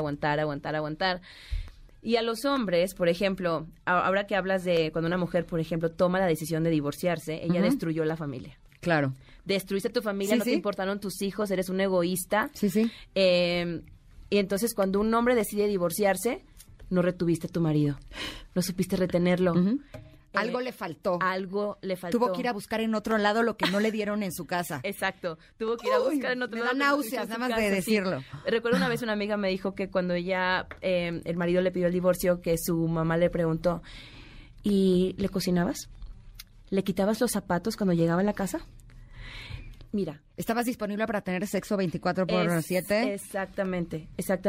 Y a los hombres, por ejemplo, ahora que hablas de cuando una mujer, por ejemplo, toma la decisión de divorciarse, ella destruyó la familia. Claro. Destruiste tu familia, Sí, no te importaron tus hijos, eres un egoísta. Sí. Y entonces cuando un hombre decide divorciarse, no retuviste a tu marido, no supiste retenerlo. Algo le faltó. Algo le faltó. Tuvo que ir a buscar en otro lado lo que no le dieron en su casa. Exacto. Tuvo que ir a buscar en otro lado. Me da náuseas nada más de decirlo. Sí. Recuerdo una vez una amiga me dijo que cuando ella, el marido le pidió el divorcio, que su mamá le preguntó, ¿y le cocinabas? ¿Le quitabas los zapatos cuando llegaba a la casa? Mira. ¿Estabas disponible para tener sexo 24/7? Exactamente.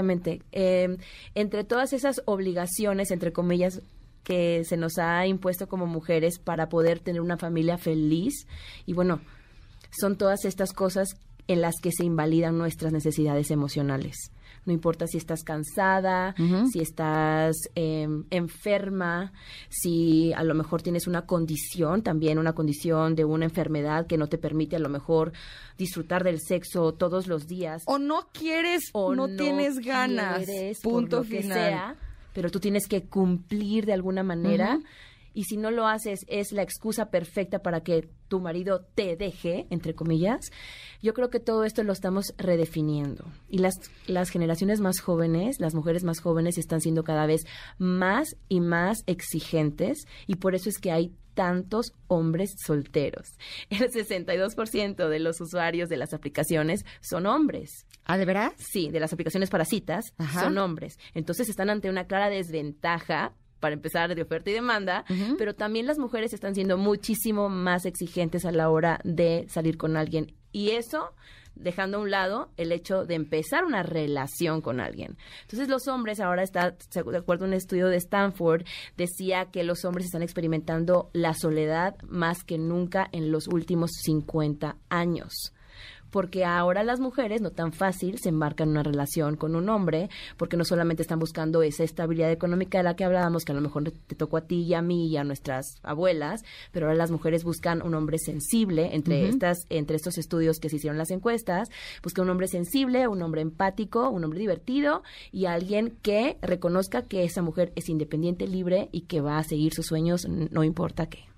Entre todas esas obligaciones, entre comillas, que se nos ha impuesto como mujeres para poder tener una familia feliz, y bueno, son todas estas cosas en las que se invalidan nuestras necesidades emocionales. No importa si estás cansada, si estás enferma, si a lo mejor tienes una condición, también una condición de una enfermedad que no te permite a lo mejor disfrutar del sexo todos los días. O no quieres, o no tienes ganas. Punto final. Que sea, pero tú tienes que cumplir de alguna manera. Y si no lo haces, es la excusa perfecta para que tu marido te deje, entre comillas. Yo creo que todo esto lo estamos redefiniendo. Y las generaciones más jóvenes, las mujeres más jóvenes, están siendo cada vez más y más exigentes. Y por eso es que hay tantos hombres solteros. El 62% de los usuarios de las aplicaciones son hombres. ¿Ah, de verdad? Sí, de las aplicaciones para citas son hombres. Entonces están ante una clara desventaja, para empezar, de oferta y demanda, pero también las mujeres están siendo muchísimo más exigentes a la hora de salir con alguien. Y eso dejando a un lado el hecho de empezar una relación con alguien. Entonces los hombres ahora de acuerdo a un estudio de Stanford, decía que los hombres están experimentando la soledad más que nunca en los últimos 50 años. Porque ahora las mujeres no tan fácil se embarcan en una relación con un hombre, porque no solamente están buscando esa estabilidad económica de la que hablábamos, que a lo mejor te tocó a ti y a mí y a nuestras abuelas, pero ahora las mujeres buscan un hombre sensible, entre estos estudios que se hicieron las encuestas, buscan un hombre sensible, un hombre empático, un hombre divertido y alguien que reconozca que esa mujer es independiente, libre y que va a seguir sus sueños, no importa qué.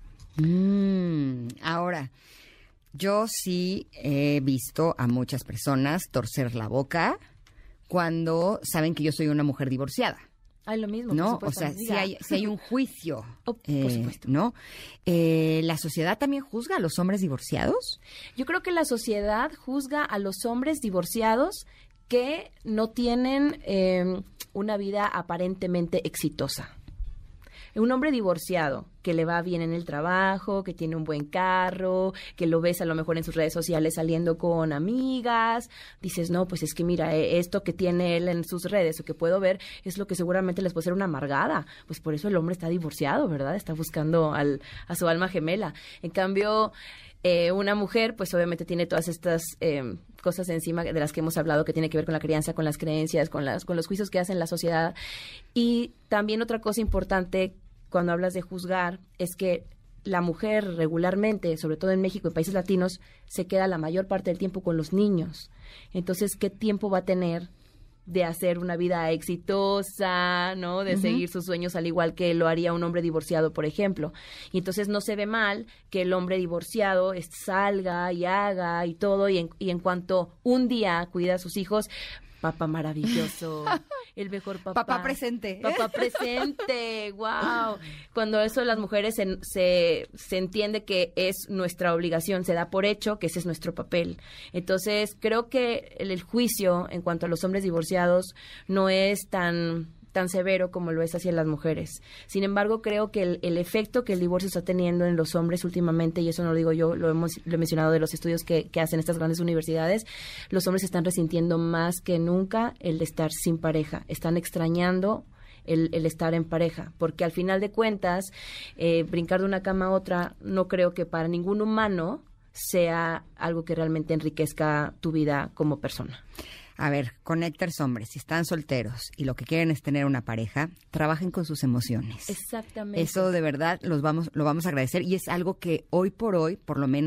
Ahora, yo sí he visto a muchas personas torcer la boca cuando saben que yo soy una mujer divorciada. Ay, lo mismo. No, o sea, si hay un juicio, por supuesto. ¿no? ¿La sociedad también juzga a los hombres divorciados? Yo creo que la sociedad juzga a los hombres divorciados que no tienen una vida aparentemente exitosa. Un hombre divorciado que le va bien en el trabajo, que tiene un buen carro, que lo ves a lo mejor en sus redes sociales saliendo con amigas, dices, no, pues es que mira, esto que tiene él en sus redes o que puedo ver es lo que seguramente les puede ser una amargada. Pues por eso el hombre está divorciado, ¿verdad? Está buscando a su alma gemela. En cambio, una mujer, pues obviamente tiene todas estas cosas encima de las que hemos hablado, que tiene que ver con la crianza, con las creencias, con los juicios que hace la sociedad. Y también otra cosa importante cuando hablas de juzgar es que la mujer regularmente, sobre todo en México y países latinos, se queda la mayor parte del tiempo con los niños. Entonces, ¿qué tiempo va a tener de hacer una vida exitosa, ¿no? De seguir sus sueños al igual que lo haría un hombre divorciado, por ejemplo. Y entonces no se ve mal que el hombre divorciado salga y haga y todo, y en cuanto un día cuida a sus hijos, papá maravilloso, el mejor papá. Papá presente. Papá presente, wow. Cuando eso las mujeres se entiende que es nuestra obligación, se da por hecho que ese es nuestro papel. Entonces, creo que el juicio en cuanto a los hombres divorciados no es tan severo como lo es hacia las mujeres. Sin embargo, creo que el efecto que el divorcio está teniendo en los hombres últimamente, y eso no lo digo yo, lo he mencionado de los estudios que hacen estas grandes universidades, los hombres están resintiendo más que nunca el de estar sin pareja. Están extrañando el estar en pareja, porque al final de cuentas, brincar de una cama a otra, no creo que para ningún humano sea algo que realmente enriquezca tu vida como persona. A ver, connectors hombres, si están solteros y lo que quieren es tener una pareja, trabajen con sus emociones. Exactamente. Eso de verdad lo vamos a agradecer y es algo que hoy por hoy, por lo menos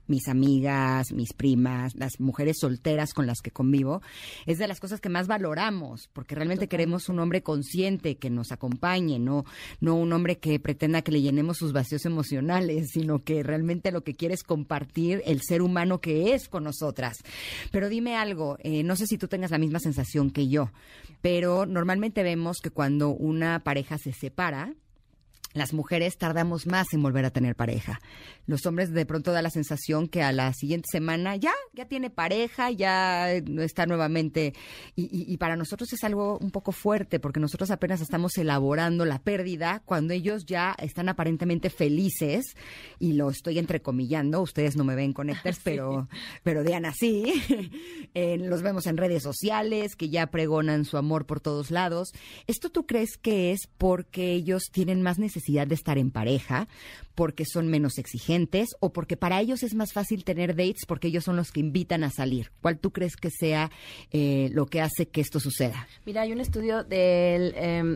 mis amigas, mis primas, las mujeres solteras con las que convivo, es de las cosas que más valoramos, porque realmente queremos un hombre consciente que nos acompañe, no un hombre que pretenda que le llenemos sus vacíos emocionales, sino que realmente lo que quiere es compartir el ser humano que es con nosotras. Pero dime algo, no sé si tú tengas la misma sensación que yo, pero normalmente vemos que cuando una pareja se separa, las mujeres tardamos más en volver a tener pareja. Los hombres de pronto da la sensación que a la siguiente semana ya tiene pareja, ya está nuevamente. Y para nosotros es algo un poco fuerte, porque nosotros apenas estamos elaborando la pérdida cuando ellos ya están aparentemente felices. Y lo estoy entrecomillando, ustedes no me ven, Connectors, pero Diana sí. Los vemos en redes sociales, que ya pregonan su amor por todos lados. ¿Esto tú crees que es porque ellos tienen más necesidad de estar en pareja, porque son menos exigentes o porque para ellos es más fácil tener dates porque ellos son los que invitan a salir? ¿Cuál tú crees que sea lo que hace que esto suceda? Mira, hay un estudio del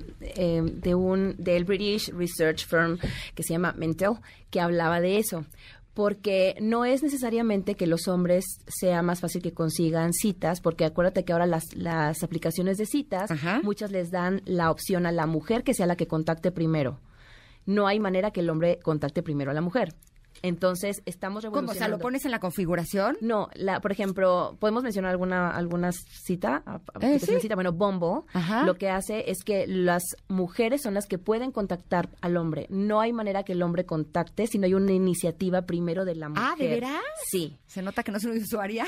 British Research Firm que se llama Mental, que hablaba de eso. Porque no es necesariamente que los hombres sea más fácil que consigan citas, porque acuérdate que ahora las aplicaciones de citas, muchas les dan la opción a la mujer que sea la que contacte primero. No hay manera que el hombre contacte primero a la mujer. Entonces, estamos revolucionando. ¿Cómo? O sea, ¿lo pones en la configuración? No, por ejemplo, ¿podemos mencionar alguna cita? Sí. Cita? Bueno, Bumble lo que hace es que las mujeres son las que pueden contactar al hombre. No hay manera que el hombre contacte si no hay una iniciativa primero de la mujer. Ah, ¿de veras? Sí. ¿Se nota que no soy usuaria?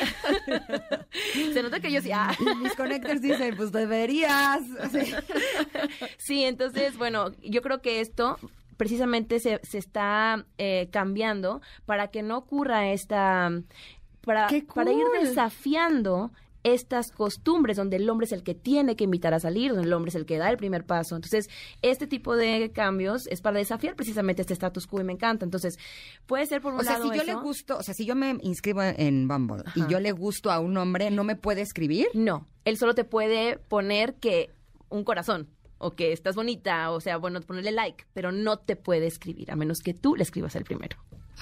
Se nota que yo sí. Y mis Connectors dicen, pues deberías. Sí, entonces, bueno, yo creo que esto precisamente se está cambiando para que no ocurra para ir desafiando estas costumbres donde el hombre es el que tiene que invitar a salir, donde el hombre es el que da el primer paso. Entonces, este tipo de cambios es para desafiar precisamente este status quo y me encanta. Entonces, puede ser por un lado si yo le gusto, o sea, si yo me inscribo en Bumble y yo le gusto a un hombre, ¿no me puede escribir? No, él solo te puede poner que un corazón o que estás bonita, o sea, bueno, ponerle like, pero no te puede escribir, a menos que tú le escribas el primero.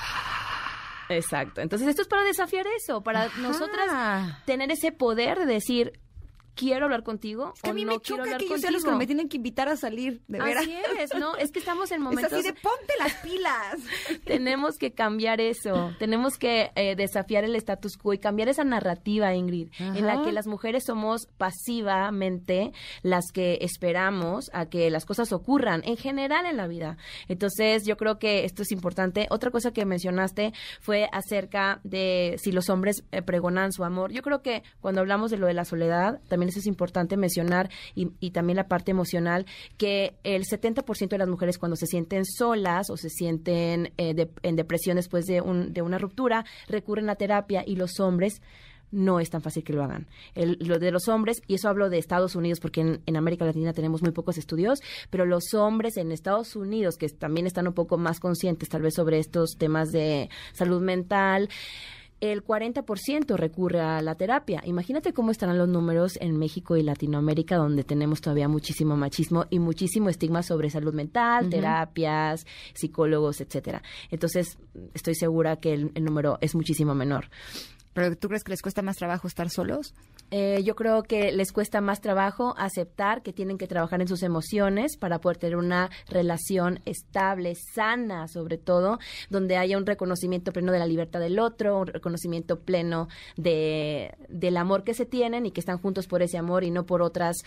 Exacto. Entonces, esto es para desafiar eso, para nosotras tener ese poder de decir, quiero hablar contigo. Es que a mí me choca que ellos sean los que me tienen que invitar a salir, de veras. Así es, ¿no? Es que estamos en momentos... Es así de ponte las pilas. Tenemos que cambiar eso. Tenemos que desafiar el status quo y cambiar esa narrativa, Ingrid, en la que las mujeres somos pasivamente las que esperamos a que las cosas ocurran en general en la vida. Entonces, yo creo que esto es importante. Otra cosa que mencionaste fue acerca de si los hombres pregonan su amor. Yo creo que cuando hablamos de lo de la soledad, también eso es importante mencionar y también la parte emocional, que el 70% de las mujeres cuando se sienten solas o se sienten en depresión después de una ruptura, recurren a terapia y los hombres no es tan fácil que lo hagan. Lo de los hombres, y eso hablo de Estados Unidos porque en América Latina tenemos muy pocos estudios, pero los hombres en Estados Unidos, que también están un poco más conscientes tal vez sobre estos temas de salud mental, el 40% recurre a la terapia. Imagínate cómo estarán los números en México y Latinoamérica, donde tenemos todavía muchísimo machismo y muchísimo estigma sobre salud mental, terapias, psicólogos, etcétera. Entonces, estoy segura que el número es muchísimo menor. ¿Pero tú crees que les cuesta más trabajo estar solos? Yo creo que les cuesta más trabajo aceptar que tienen que trabajar en sus emociones para poder tener una relación estable, sana, sobre todo, donde haya un reconocimiento pleno de la libertad del otro, un reconocimiento pleno del amor que se tienen y que están juntos por ese amor y no por otras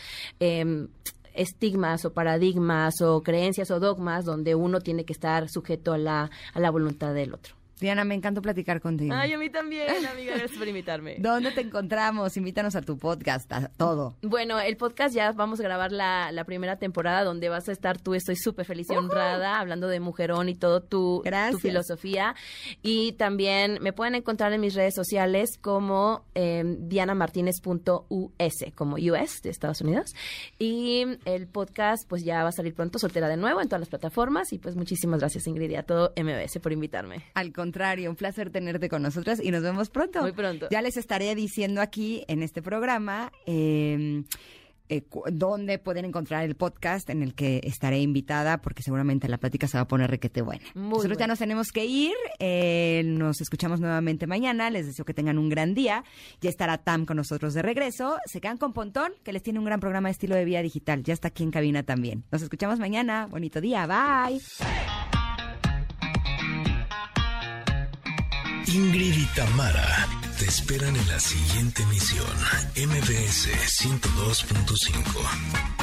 estigmas o paradigmas o creencias o dogmas donde uno tiene que estar sujeto a la voluntad del otro. Diana, me encantó platicar contigo. Ay, a mí también, amiga, gracias por invitarme. ¿Dónde te encontramos? Invítanos a tu podcast, a todo. Bueno, el podcast ya vamos a grabar la primera temporada donde vas a estar tú. Estoy súper feliz y honrada hablando de mujerón y todo tu filosofía. Y también me pueden encontrar en mis redes sociales como dianamartinez.us, como US de Estados Unidos. Y el podcast pues ya va a salir pronto, soltera de nuevo, en todas las plataformas. Y pues muchísimas gracias, Ingrid, y a todo MBS por invitarme. Al contrario, un placer tenerte con nosotras y nos vemos pronto. Muy pronto. Ya les estaré diciendo aquí en este programa dónde pueden encontrar el podcast en el que estaré invitada, porque seguramente la plática se va a poner requete buena. Nosotros ya nos tenemos que ir. Nos escuchamos nuevamente mañana. Les deseo que tengan un gran día. Ya estará Tam con nosotros de regreso. Se quedan con Pontón, que les tiene un gran programa de estilo de vida digital. Ya está aquí en cabina también. Nos escuchamos mañana. Bonito día. Bye. Ingrid y Tamara te esperan en la siguiente emisión. MBS 102.5.